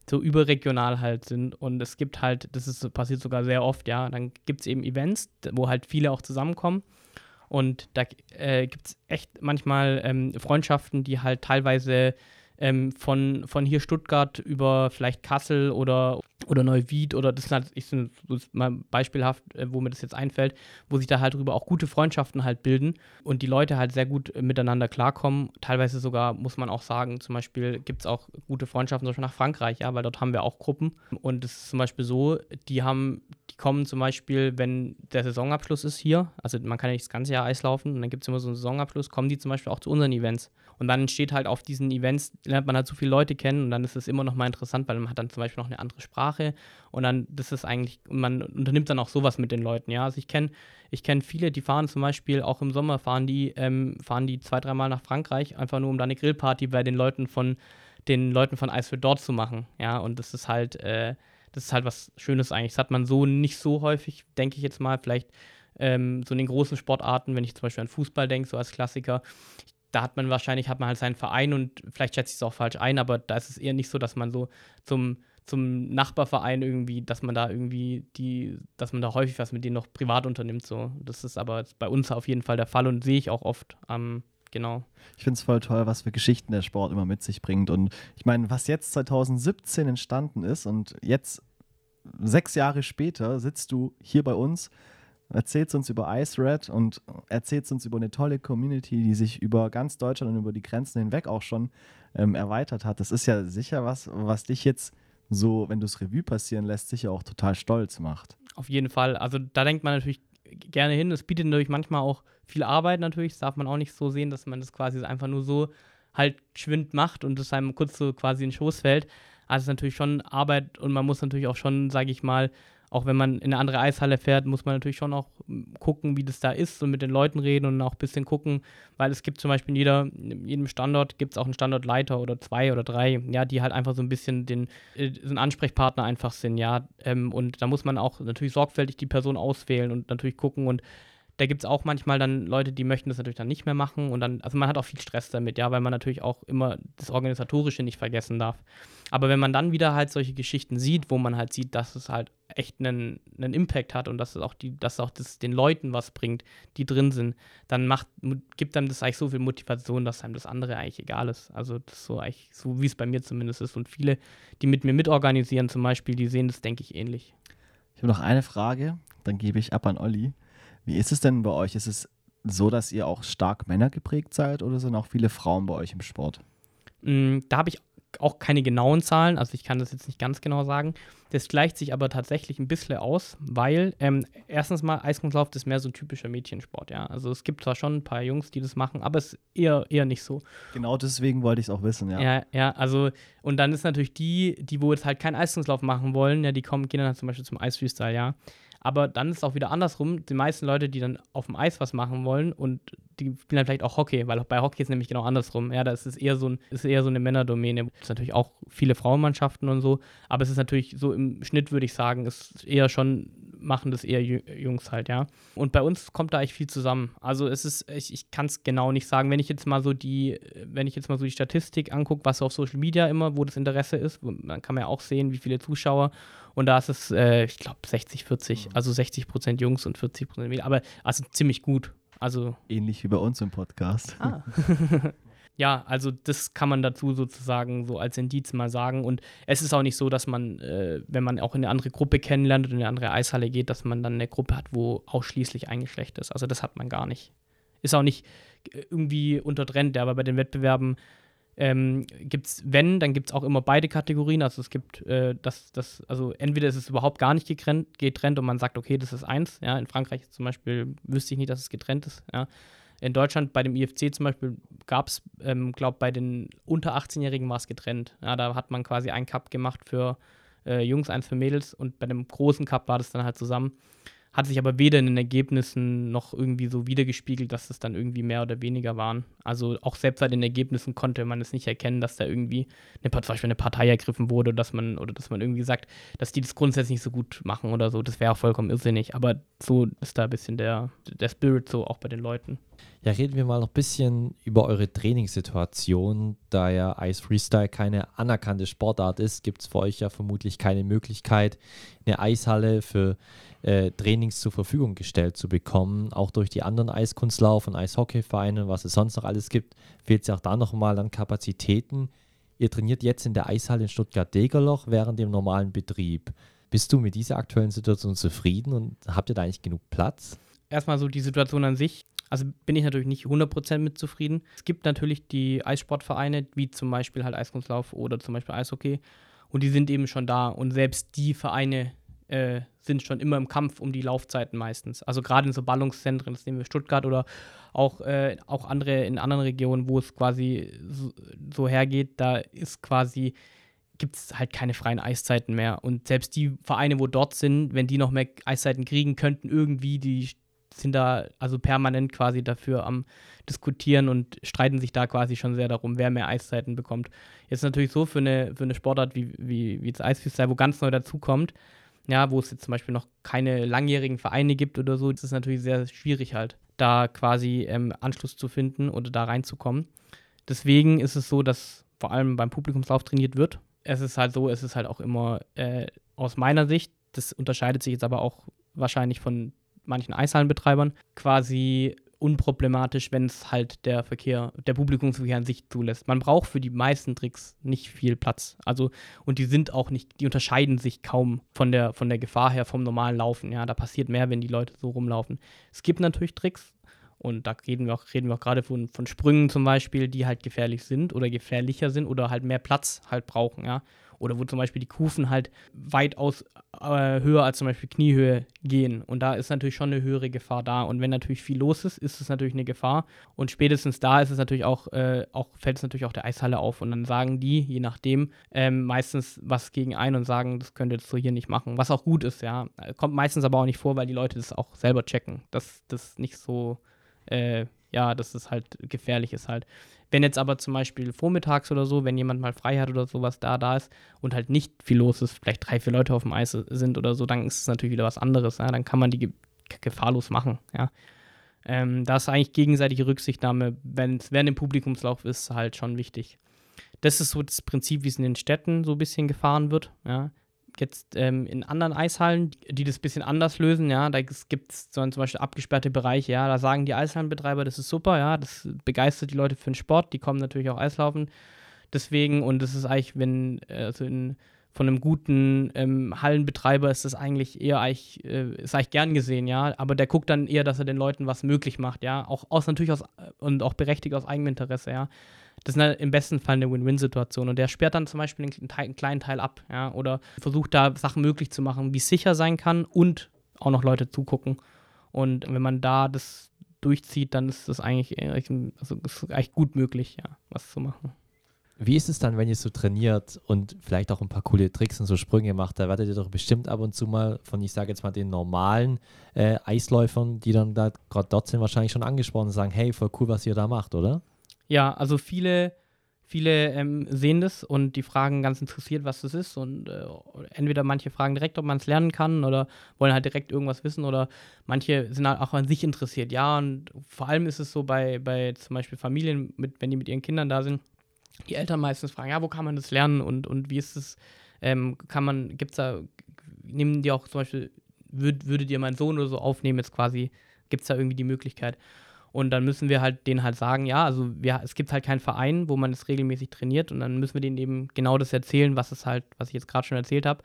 so überregional halt sind. Und es gibt halt, das ist passiert sogar sehr oft, ja, dann gibt es eben Events, wo halt viele auch zusammenkommen. Und da äh, gibt es echt manchmal ähm, Freundschaften, die halt teilweise ähm, von, von hier Stuttgart über vielleicht Kassel oder, oder Neuwied oder das ist halt, ich so, so ist mal beispielhaft, äh, wo mir das jetzt einfällt, wo sich da halt drüber auch gute Freundschaften halt bilden und die Leute halt sehr gut äh, miteinander klarkommen. Teilweise sogar, muss man auch sagen, zum Beispiel gibt es auch gute Freundschaften zum Beispiel nach Frankreich, ja, weil dort haben wir auch Gruppen. Und es ist zum Beispiel so, die haben, die kommen zum Beispiel, wenn der Saisonabschluss ist hier, also man kann ja nicht das ganze Jahr Eis laufen und dann gibt es immer so einen Saisonabschluss, kommen die zum Beispiel auch zu unseren Events. Und dann entsteht halt auf diesen Events, lernt man halt so viele Leute kennen und dann ist es immer noch mal interessant, weil man hat dann zum Beispiel noch eine andere Sprache und dann, das ist eigentlich, und man unternimmt dann auch sowas mit den Leuten, ja. Also ich kenne ich kenn viele, die fahren zum Beispiel, auch im Sommer fahren die, ähm, fahren die zwei, dreimal nach Frankreich, einfach nur um da eine Grillparty bei den Leuten von, den Leuten von Eis für dort zu machen, ja. Und das ist halt, äh, das ist halt was Schönes eigentlich. Das hat man so nicht so häufig, denke ich jetzt mal, vielleicht ähm, so in den großen Sportarten, wenn ich zum Beispiel an Fußball denke, so als Klassiker, da hat man wahrscheinlich, hat man halt seinen Verein und vielleicht schätze ich es auch falsch ein, aber da ist es eher nicht so, dass man so zum, zum Nachbarverein irgendwie, dass man da irgendwie die, dass man da häufig was mit denen noch privat unternimmt. So. Das ist aber bei uns auf jeden Fall der Fall und sehe ich auch oft. Ähm, genau. Ich finde es voll toll, was für Geschichten der Sport immer mit sich bringt. Und ich meine, was jetzt zwanzig siebzehn entstanden ist und jetzt sechs Jahre später sitzt du hier bei uns, erzählst uns über Ice Red und erzählst uns über eine tolle Community, die sich über ganz Deutschland und über die Grenzen hinweg auch schon ähm, erweitert hat. Das ist ja sicher was, was dich jetzt so, wenn du es Revue passieren lässt, sicher auch total stolz macht. Auf jeden Fall. Also da denkt man natürlich gerne hin. Es bietet natürlich manchmal auch viel Arbeit natürlich. Das darf man auch nicht so sehen, dass man das quasi einfach nur so halt geschwind macht und es einem kurz so quasi in den Schoß fällt. Also es ist natürlich schon Arbeit und man muss natürlich auch schon, sage ich mal, auch wenn man in eine andere Eishalle fährt, muss man natürlich schon auch gucken, wie das da ist und mit den Leuten reden und auch ein bisschen gucken, weil es gibt zum Beispiel in, jeder, in jedem Standort gibt es auch einen Standortleiter oder zwei oder drei, ja, die halt einfach so ein bisschen den, äh, so ein Ansprechpartner einfach sind, ja, ähm, und da muss man auch natürlich sorgfältig die Person auswählen und natürlich gucken und da gibt es auch manchmal dann Leute, die möchten das natürlich dann nicht mehr machen und dann, also man hat auch viel Stress damit, ja, weil man natürlich auch immer das Organisatorische nicht vergessen darf. Aber wenn man dann wieder halt solche Geschichten sieht, wo man halt sieht, dass es halt echt einen, einen Impact hat und dass es auch, die, dass auch das den Leuten was bringt, die drin sind, dann macht, gibt einem das eigentlich so viel Motivation, dass einem das andere eigentlich egal ist. Also das ist so eigentlich, so wie es bei mir zumindest ist. Und viele, die mit mir mitorganisieren zum Beispiel, die sehen das, denke ich, ähnlich. Ich habe noch eine Frage, dann gebe ich ab an Olli. Wie ist es denn bei euch? Ist es so, dass ihr auch stark männergeprägt seid oder sind auch viele Frauen bei euch im Sport? Mm, da habe ich auch keine genauen Zahlen, also ich kann das jetzt nicht ganz genau sagen. Das gleicht sich aber tatsächlich ein bisschen aus, weil ähm, erstens mal Eiskunstlauf, das ist mehr so ein typischer Mädchensport, ja. Also es gibt zwar schon ein paar Jungs, die das machen, aber es ist eher, eher nicht so. Genau deswegen wollte ich es auch wissen, ja. Ja, ja, also und dann ist natürlich die, die wo jetzt halt keinen Eiskunstlauf machen wollen, ja, die kommen, gehen dann halt zum Beispiel zum Eisfreestyle, ja. Aber dann ist es auch wieder andersrum. Die meisten Leute, die dann auf dem Eis was machen wollen und die spielen dann vielleicht auch Hockey, weil bei Hockey ist es nämlich genau andersrum. Ja, das ist eher so, ein, ist eher so eine Männerdomäne. Es sind natürlich auch viele Frauenmannschaften und so, aber es ist natürlich so im Schnitt, würde ich sagen, ist eher schon, machen das eher Jungs halt, ja. Und bei uns kommt da eigentlich viel zusammen. Also es ist, ich, ich kann es genau nicht sagen. Wenn ich jetzt mal so die, wenn ich jetzt mal so die Statistik angucke, was so auf Social Media immer, wo das Interesse ist, dann kann man ja auch sehen, wie viele Zuschauer. Und da ist es, äh, ich glaube, sechzig, vierzig, also sechzig Prozent Jungs und vierzig Prozent Mädchen, aber also ziemlich gut. Also ähnlich wie bei uns im Podcast. Ah. Ja, also das kann man dazu sozusagen so als Indiz mal sagen. Und es ist auch nicht so, dass man, äh, wenn man auch in eine andere Gruppe kennenlernt oder in eine andere Eishalle geht, dass man dann eine Gruppe hat, wo ausschließlich ein Geschlecht ist. Also das hat man gar nicht. Ist auch nicht irgendwie untertrennt, aber bei den Wettbewerben Ähm, gibt's, wenn, dann gibt es auch immer beide Kategorien. Also es gibt äh, das, das, also entweder ist es überhaupt gar nicht getrennt, getrennt und man sagt, okay, das ist eins. Ja, in Frankreich zum Beispiel wüsste ich nicht, dass es getrennt ist. Ja. In Deutschland bei dem I F C zum Beispiel gab es, ähm, glaube bei den unter achtzehnjährigen war es getrennt. Ja, da hat man quasi einen Cup gemacht für äh, Jungs, eins für Mädels und bei dem großen Cup war das dann halt zusammen. Hat sich aber weder in den Ergebnissen noch irgendwie so wiedergespiegelt, dass es dann irgendwie mehr oder weniger waren. Also auch selbst bei den Ergebnissen konnte man es nicht erkennen, dass da irgendwie eine, zum Beispiel eine Partei ergriffen wurde, dass man, oder dass man irgendwie sagt, dass die das grundsätzlich nicht so gut machen oder so. Das wäre auch vollkommen irrsinnig. Aber so ist da ein bisschen der, der Spirit so auch bei den Leuten. Ja, reden wir mal noch ein bisschen über eure Trainingssituation. Da ja Ice Freestyle keine anerkannte Sportart ist, gibt es für euch ja vermutlich keine Möglichkeit, eine Eishalle für äh, Trainings zur Verfügung gestellt zu bekommen. Auch durch die anderen Eiskunstlauf- und Eishockeyvereine, was es sonst noch alles gibt, fehlt es ja auch da nochmal an Kapazitäten. Ihr trainiert jetzt in der Eishalle in Stuttgart-Degerloch während dem normalen Betrieb. Bist du mit dieser aktuellen Situation zufrieden und habt ihr da eigentlich genug Platz? Erstmal so die Situation an sich. Also bin ich natürlich nicht hundert Prozent mit zufrieden. Es gibt natürlich die Eissportvereine, wie zum Beispiel halt Eiskunstlauf oder zum Beispiel Eishockey. Und die sind eben schon da. Und selbst die Vereine äh, sind schon immer im Kampf um die Laufzeiten meistens. Also gerade in so Ballungszentren, das nehmen wir Stuttgart oder auch, äh, auch andere in anderen Regionen, wo es quasi so, so hergeht, da ist quasi, gibt es halt keine freien Eiszeiten mehr. Und selbst die Vereine, wo dort sind, wenn die noch mehr Eiszeiten kriegen könnten, irgendwie die sind da also permanent quasi dafür am Diskutieren und streiten sich da quasi schon sehr darum, wer mehr Eiszeiten bekommt. Jetzt natürlich so für eine, für eine Sportart wie, wie, wie das Eisfreestyle, wo ganz neu dazukommt, ja, wo es jetzt zum Beispiel noch keine langjährigen Vereine gibt oder so, ist es natürlich sehr schwierig halt, da quasi ähm, Anschluss zu finden oder da reinzukommen. Deswegen ist es so, dass vor allem beim Publikumslauf trainiert wird. Es ist halt so, es ist halt auch immer äh, aus meiner Sicht, das unterscheidet sich jetzt aber auch wahrscheinlich von manchen Eishallenbetreibern, quasi unproblematisch, wenn es halt der Verkehr, der Publikumsverkehr an sich zulässt. Man braucht für die meisten Tricks nicht viel Platz. Also, und die sind auch nicht, die unterscheiden sich kaum von der, von der Gefahr her vom normalen Laufen. Ja, da passiert mehr, wenn die Leute so rumlaufen. Es gibt natürlich Tricks, und da reden wir auch, reden wir auch gerade von, von Sprüngen zum Beispiel, die halt gefährlich sind oder gefährlicher sind oder halt mehr Platz halt brauchen, ja. Oder wo zum Beispiel die Kufen halt weitaus äh, höher als zum Beispiel Kniehöhe gehen. Und da ist natürlich schon eine höhere Gefahr da. Und wenn natürlich viel los ist, ist es natürlich eine Gefahr. Und spätestens da ist es natürlich auch, äh, auch fällt es natürlich auch der Eishalle auf. Und dann sagen die, je nachdem, ähm, meistens was gegen ein und sagen, das könnt ihr jetzt so hier nicht machen. Was auch gut ist, ja. Kommt meistens aber auch nicht vor, weil die Leute das auch selber checken. Dass das nicht so, äh, ja, dass das halt gefährlich ist halt. Wenn jetzt aber zum Beispiel vormittags oder so, wenn jemand mal frei hat oder sowas da, da ist und halt nicht viel los ist, vielleicht drei, vier Leute auf dem Eis sind oder so, dann ist es natürlich wieder was anderes. Ja? Dann kann man die ge- gefahrlos machen. Ja? Ähm, da ist eigentlich gegenseitige Rücksichtnahme, wenn es während dem Publikumslauf ist, halt schon wichtig. Das ist so das Prinzip, wie es in den Städten so ein bisschen gefahren wird. Ja? Jetzt ähm, in anderen Eishallen, die das ein bisschen anders lösen, ja, da gibt es zum Beispiel abgesperrte Bereiche, ja, da sagen die Eishallenbetreiber, das ist super, ja, das begeistert die Leute für den Sport, die kommen natürlich auch Eislaufen, deswegen, und das ist eigentlich, wenn, also in, von einem guten ähm, Hallenbetreiber ist das eigentlich eher, eigentlich, äh, ist eigentlich gern gesehen, ja, aber der guckt dann eher, dass er den Leuten was möglich macht, ja, auch aus, natürlich aus, und auch berechtigt aus eigenem Interesse, ja. Das ist im besten Fall eine Win-Win-Situation. Und der sperrt dann zum Beispiel einen, Teil, einen kleinen Teil ab, ja, oder versucht da Sachen möglich zu machen, wie es sicher sein kann und auch noch Leute zugucken. Und wenn man da das durchzieht, dann ist das eigentlich, also ist eigentlich gut möglich, ja, was zu machen. Wie ist es dann, wenn ihr so trainiert und vielleicht auch ein paar coole Tricks und so Sprünge macht? Da werdet ihr doch bestimmt ab und zu mal von, ich sage jetzt mal, den normalen äh, Eisläufern, die dann da gerade dort sind, wahrscheinlich schon angesprochen und sagen, hey, voll cool, was ihr da macht, oder? Ja, also viele, viele ähm, sehen das und die fragen ganz interessiert, was das ist. Und äh, entweder manche fragen direkt, ob man es lernen kann oder wollen halt direkt irgendwas wissen oder manche sind halt auch an sich interessiert. Ja, und vor allem ist es so bei, bei zum Beispiel Familien, mit, wenn die mit ihren Kindern da sind, die Eltern meistens fragen, ja, wo kann man das lernen und, und wie ist es, ähm, kann man, gibt's da, nehmen die auch zum Beispiel, würd, würde dir mein Sohn oder so aufnehmen jetzt quasi, gibt es da irgendwie die Möglichkeit? Und dann müssen wir halt denen halt sagen, ja, also wir, es gibt halt keinen Verein, wo man es regelmäßig trainiert und dann müssen wir denen eben genau das erzählen, was es halt, was ich jetzt gerade schon erzählt habe.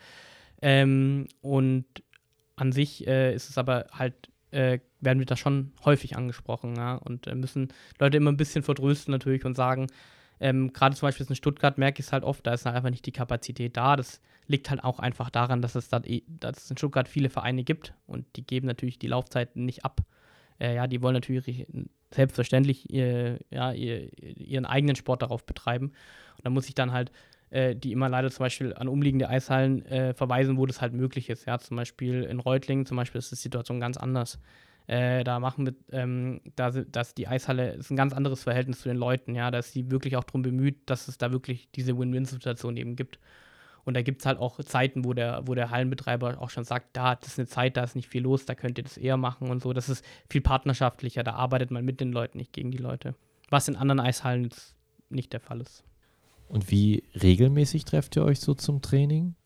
Ähm, und an sich äh, ist es aber halt, äh, werden wir da schon häufig angesprochen, ja, und äh, müssen Leute immer ein bisschen vertrösten natürlich und sagen, ähm, gerade zum Beispiel in Stuttgart merke ich es halt oft, da ist halt einfach nicht die Kapazität da. Das liegt halt auch einfach daran, dass es, da, dass es in Stuttgart viele Vereine gibt und die geben natürlich die Laufzeiten nicht ab. Äh, ja, die wollen natürlich selbstverständlich ihr, ja, ihr, ihren eigenen Sport darauf betreiben. Und da muss ich dann halt äh, die immer leider zum Beispiel an umliegende Eishallen äh, verweisen, wo das halt möglich ist. Ja, zum Beispiel in Reutlingen zum Beispiel ist die Situation ganz anders. Äh, da machen wir, ähm, da dass die Eishalle ist ein ganz anderes Verhältnis zu den Leuten, ja, dass sie wirklich auch darum bemüht, dass es da wirklich diese Win-Win-Situation eben gibt. Und da gibt es halt auch Zeiten, wo der, wo der Hallenbetreiber auch schon sagt, da, das ist eine Zeit, da ist nicht viel los, da könnt ihr das eher machen und so. Das ist viel partnerschaftlicher, da arbeitet man mit den Leuten, nicht gegen die Leute. Was in anderen Eishallen jetzt nicht der Fall ist. Und wie regelmäßig trefft ihr euch so zum Training?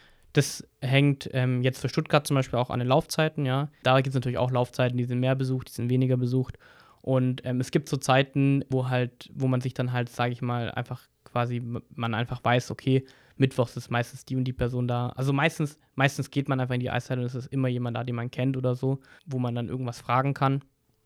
Das hängt ähm, jetzt für Stuttgart zum Beispiel auch an den Laufzeiten, ja. Da gibt es natürlich auch Laufzeiten, die sind mehr besucht, die sind weniger besucht. Und ähm, es gibt so Zeiten, wo halt, wo man sich dann halt, sage ich mal, einfach quasi, man einfach weiß, okay, mittwochs ist meistens die und die Person da. Also meistens, meistens geht man einfach in die Eishalle und es ist immer jemand da, den man kennt oder so, wo man dann irgendwas fragen kann.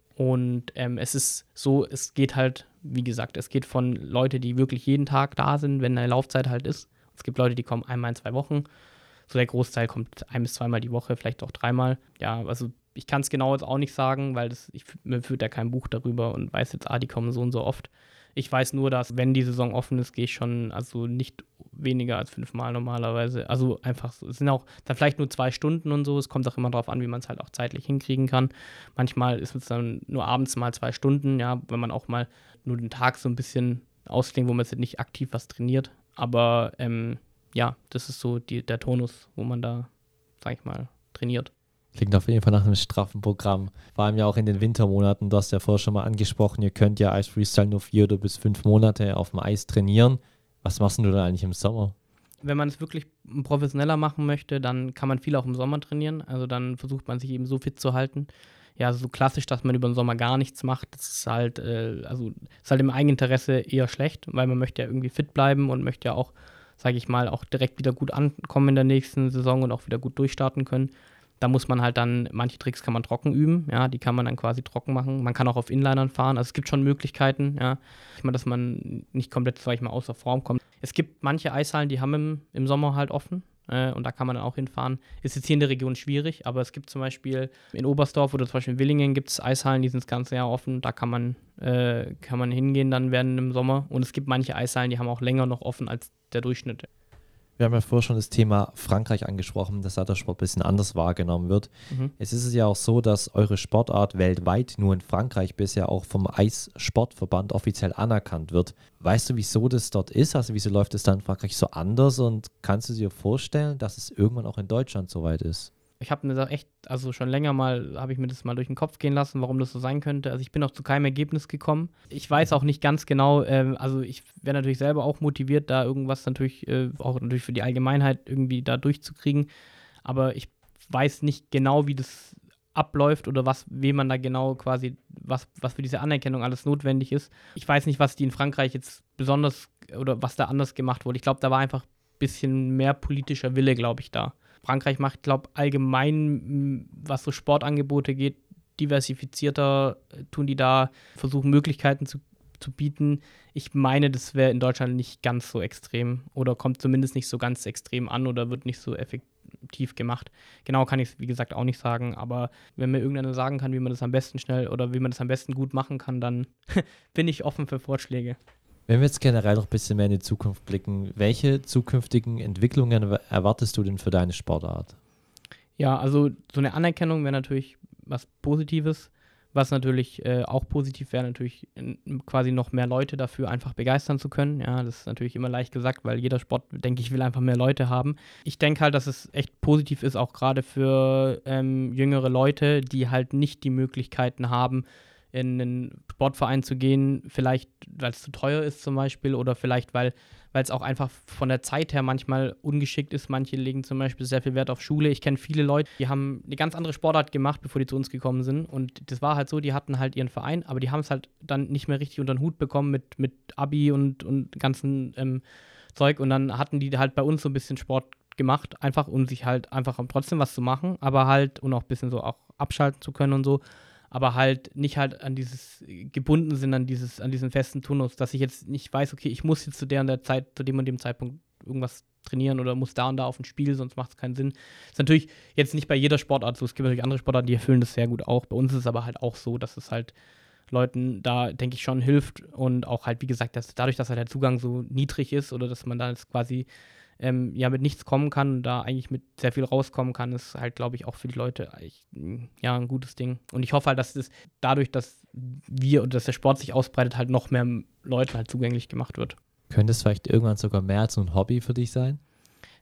Und ähm, es ist so, es geht halt, wie gesagt, es geht von Leute, die wirklich jeden Tag da sind, wenn eine Laufzeit halt ist. Es gibt Leute, die kommen einmal in zwei Wochen. So der Großteil kommt ein- bis zweimal die Woche, vielleicht auch dreimal. Ja, also ich kann es genau jetzt auch nicht sagen, weil das, ich, mir führt ja kein Buch darüber und weiß jetzt, ah, die kommen so und so oft. Ich weiß nur, dass, wenn die Saison offen ist, gehe ich schon, also nicht weniger als fünfmal normalerweise. Also einfach so. Es sind auch dann vielleicht nur zwei Stunden und so. Es kommt auch immer darauf an, wie man es halt auch zeitlich hinkriegen kann. Manchmal ist es dann nur abends mal zwei Stunden, ja, wenn man auch mal nur den Tag so ein bisschen ausklingt, wo man jetzt nicht aktiv was trainiert. Aber ähm, ja, das ist so die, der Tonus, wo man da, sag ich mal, trainiert. Klingt auf jeden Fall nach einem straffen Programm. Vor allem ja auch in den Wintermonaten, du hast ja vorher schon mal angesprochen, ihr könnt ja Ice Freestyle nur vier oder bis fünf Monate auf dem Eis trainieren. Was machst du da eigentlich im Sommer? Wenn man es wirklich professioneller machen möchte, dann kann man viel auch im Sommer trainieren. Also dann versucht man sich eben so fit zu halten. Ja, so klassisch, dass man über den Sommer gar nichts macht, das ist halt, äh, also ist halt im Eigeninteresse eher schlecht, weil man möchte ja irgendwie fit bleiben und möchte ja auch, sage ich mal, auch direkt wieder gut ankommen in der nächsten Saison und auch wieder gut durchstarten können. Da muss man halt dann, manche Tricks kann man trocken üben, ja, die kann man dann quasi trocken machen. Man kann auch auf Inlinern fahren, also es gibt schon Möglichkeiten, ja, ich meine, dass man nicht komplett, sag ich mal, außer Form kommt. Es gibt manche Eishallen, die haben im, im Sommer halt offen äh, und da kann man dann auch hinfahren. Ist jetzt hier in der Region schwierig, aber es gibt zum Beispiel in Oberstdorf oder zum Beispiel in Willingen gibt es Eishallen, die sind das ganze Jahr offen, da kann man, äh, kann man hingehen dann während im Sommer und es gibt manche Eishallen, die haben auch länger noch offen als der Durchschnitt. Wir haben ja vorher schon das Thema Frankreich angesprochen, dass da der Sport ein bisschen anders wahrgenommen wird. Mhm. Es ist ja auch so, dass eure Sportart weltweit nur in Frankreich bisher auch vom Eissportverband offiziell anerkannt wird. Weißt du, wieso das dort ist? Also wieso läuft es da in Frankreich so anders? Und kannst du dir vorstellen, dass es irgendwann auch in Deutschland soweit ist? Ich habe mir da echt, also schon länger mal, habe ich mir das mal durch den Kopf gehen lassen, warum das so sein könnte. Also ich bin auch zu keinem Ergebnis gekommen. Ich weiß auch nicht ganz genau, äh, also ich wäre natürlich selber auch motiviert, da irgendwas natürlich, äh, auch natürlich für die Allgemeinheit irgendwie da durchzukriegen. Aber ich weiß nicht genau, wie das abläuft oder was, wem man da genau quasi, was, was für diese Anerkennung alles notwendig ist. Ich weiß nicht, was die in Frankreich jetzt besonders oder was da anders gemacht wurde. Ich glaube, da war einfach ein bisschen mehr politischer Wille, glaube ich, da. Frankreich macht, glaube ich, allgemein, was so Sportangebote geht, diversifizierter, tun die da, versuchen Möglichkeiten zu, zu bieten. Ich meine, das wäre in Deutschland nicht ganz so extrem oder kommt zumindest nicht so ganz extrem an oder wird nicht so effektiv gemacht. Genau kann ich es, wie gesagt, auch nicht sagen, aber wenn mir irgendeiner sagen kann, wie man das am besten schnell oder wie man das am besten gut machen kann, dann bin ich offen für Vorschläge. Wenn wir jetzt generell noch ein bisschen mehr in die Zukunft blicken, welche zukünftigen Entwicklungen erwartest du denn für deine Sportart? Ja, also so eine Anerkennung wäre natürlich was Positives. Was natürlich äh, auch positiv wäre, natürlich in, quasi noch mehr Leute dafür einfach begeistern zu können. Ja, das ist natürlich immer leicht gesagt, weil jeder Sport, denke ich, will einfach mehr Leute haben. Ich denke halt, dass es echt positiv ist, auch gerade für ähm, jüngere Leute, die halt nicht die Möglichkeiten haben, in einen Sportverein zu gehen, vielleicht weil es zu teuer ist zum Beispiel oder vielleicht weil weil es auch einfach von der Zeit her manchmal ungeschickt ist. Manche legen zum Beispiel sehr viel Wert auf Schule. Ich kenne viele Leute, die haben eine ganz andere Sportart gemacht, bevor die zu uns gekommen sind und das war halt so, die hatten halt ihren Verein, aber die haben es halt dann nicht mehr richtig unter den Hut bekommen mit, mit Abi und, und ganzen ähm, Zeug und dann hatten die halt bei uns so ein bisschen Sport gemacht, einfach um sich halt einfach um trotzdem was zu machen, aber halt und auch ein bisschen so auch abschalten zu können und so. Aber halt nicht halt an dieses gebunden sind, an dieses, an diesen festen Turnus, dass ich jetzt nicht weiß, okay, ich muss jetzt zu der und der Zeit, zu dem und dem Zeitpunkt irgendwas trainieren oder muss da und da auf ein Spiel, sonst macht es keinen Sinn. Ist natürlich jetzt nicht bei jeder Sportart so. Es gibt natürlich andere Sportarten, die erfüllen das sehr gut auch. Bei uns ist es aber halt auch so, dass es halt Leuten da, denke ich, schon hilft und auch halt, wie gesagt, dass dadurch, dass halt der Zugang so niedrig ist oder dass man da jetzt quasi Ähm, ja mit nichts kommen kann und da eigentlich mit sehr viel rauskommen kann, ist halt, glaube ich, auch für die Leute eigentlich, ja, ein gutes Ding. Und ich hoffe halt, dass es dadurch, dass wir oder dass der Sport sich ausbreitet, halt noch mehr Leuten halt zugänglich gemacht wird. Könnte es vielleicht irgendwann sogar mehr als ein Hobby für dich sein?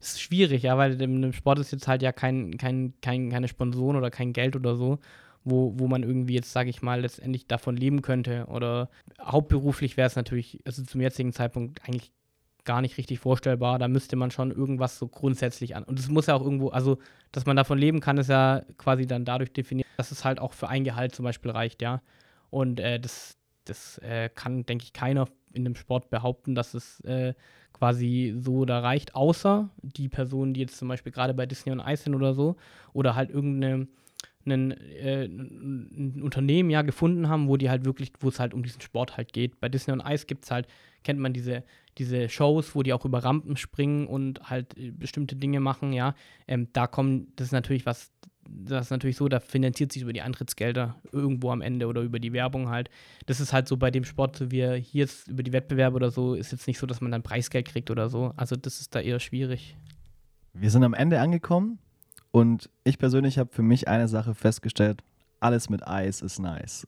ist schwierig, ja, weil im Sport ist jetzt halt ja kein, kein, kein, keine Sponsoren oder kein Geld oder so, wo, wo man irgendwie jetzt, sage ich mal, letztendlich davon leben könnte. Oder hauptberuflich wäre es natürlich, also zum jetzigen Zeitpunkt eigentlich gar nicht richtig vorstellbar. Da müsste man schon irgendwas so grundsätzlich an. Und es muss ja auch irgendwo, also, dass man davon leben kann, ist ja quasi dann dadurch definiert, dass es halt auch für ein Gehalt zum Beispiel reicht, ja. Und äh, das, das äh, kann, denke ich, keiner in dem Sport behaupten, dass es äh, quasi so da reicht, außer die Personen, die jetzt zum Beispiel gerade bei Disney on Ice sind oder so, oder halt irgendeine Einen, äh, ein Unternehmen ja gefunden haben, wo die halt wirklich, wo es halt um diesen Sport halt geht. Bei Disney on Ice gibt es halt, kennt man diese, diese Shows, wo die auch über Rampen springen und halt äh, bestimmte Dinge machen, ja. Ähm, da kommen, das ist natürlich was, das ist natürlich so, da finanziert sich über die Eintrittsgelder irgendwo am Ende oder über die Werbung halt. Das ist halt so bei dem Sport, so wie hier jetzt über die Wettbewerbe oder so, ist jetzt nicht so, dass man dann Preisgeld kriegt oder so. Also das ist da eher schwierig. Wir sind am Ende angekommen. Und ich persönlich habe für mich eine Sache festgestellt, alles mit Eis ist nice.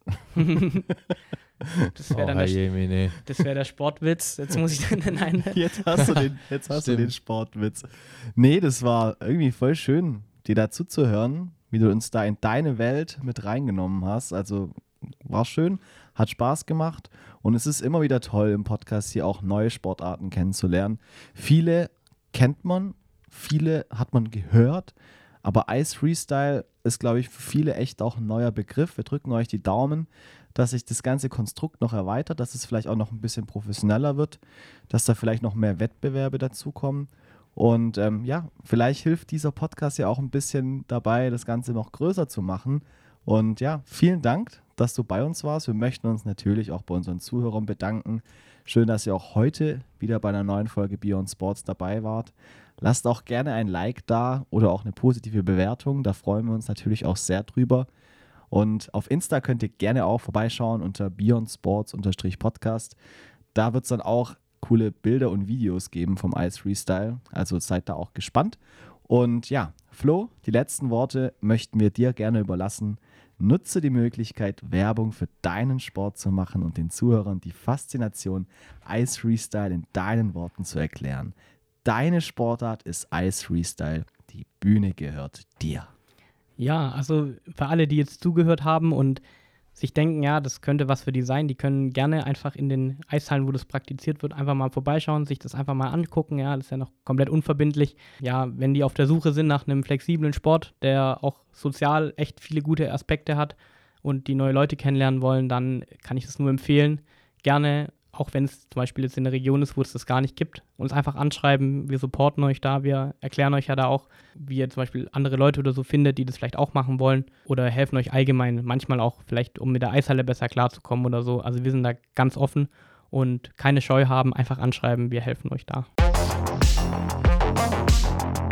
Das wäre dann oh, der, das wär der Sportwitz. Jetzt muss ich dann nein. Jetzt hast du den, jetzt hast du den Sportwitz. Nee, das war irgendwie voll schön, dir dazu zu hören, wie du uns da in deine Welt mit reingenommen hast. Also war schön, hat Spaß gemacht und es ist immer wieder toll, im Podcast hier auch neue Sportarten kennenzulernen. Viele kennt man, viele hat man gehört. Aber Ice Freestyle ist, glaube ich, für viele echt auch ein neuer Begriff. Wir drücken euch die Daumen, dass sich das ganze Konstrukt noch erweitert, dass es vielleicht auch noch ein bisschen professioneller wird, dass da vielleicht noch mehr Wettbewerbe dazukommen. Und ähm, ja, vielleicht hilft dieser Podcast ja auch ein bisschen dabei, das Ganze noch größer zu machen. Und ja, vielen Dank, dass du bei uns warst. Wir möchten uns natürlich auch bei unseren Zuhörern bedanken. Schön, dass ihr auch heute wieder bei einer neuen Folge Beyond Sports dabei wart. Lasst auch gerne ein Like da oder auch eine positive Bewertung. Da freuen wir uns natürlich auch sehr drüber. Und auf Insta könnt ihr gerne auch vorbeischauen unter Beyond Sports Podcast. Da wird es dann auch coole Bilder und Videos geben vom Ice Freestyle. Also seid da auch gespannt. Und ja, Flo, die letzten Worte möchten wir dir gerne überlassen. Nutze die Möglichkeit, Werbung für deinen Sport zu machen und den Zuhörern die Faszination Ice Freestyle in deinen Worten zu erklären. Deine Sportart ist Ice Freestyle. Die Bühne gehört dir. Ja, also für alle, die jetzt zugehört haben und sich denken, ja, das könnte was für die sein, die können gerne einfach in den Eishallen, wo das praktiziert wird, einfach mal vorbeischauen, sich das einfach mal angucken. Ja, das ist ja noch komplett unverbindlich. Ja, wenn die auf der Suche sind nach einem flexiblen Sport, der auch sozial echt viele gute Aspekte hat und die neue Leute kennenlernen wollen, dann kann ich das nur empfehlen. Gerne, auch wenn es zum Beispiel jetzt in der Region ist, wo es das gar nicht gibt, uns einfach anschreiben. Wir supporten euch da, wir erklären euch ja da auch, wie ihr zum Beispiel andere Leute oder so findet, die das vielleicht auch machen wollen oder helfen euch allgemein, manchmal auch vielleicht, um mit der Eishalle besser klarzukommen oder so. Also wir sind da ganz offen und keine Scheu haben, einfach anschreiben, wir helfen euch da.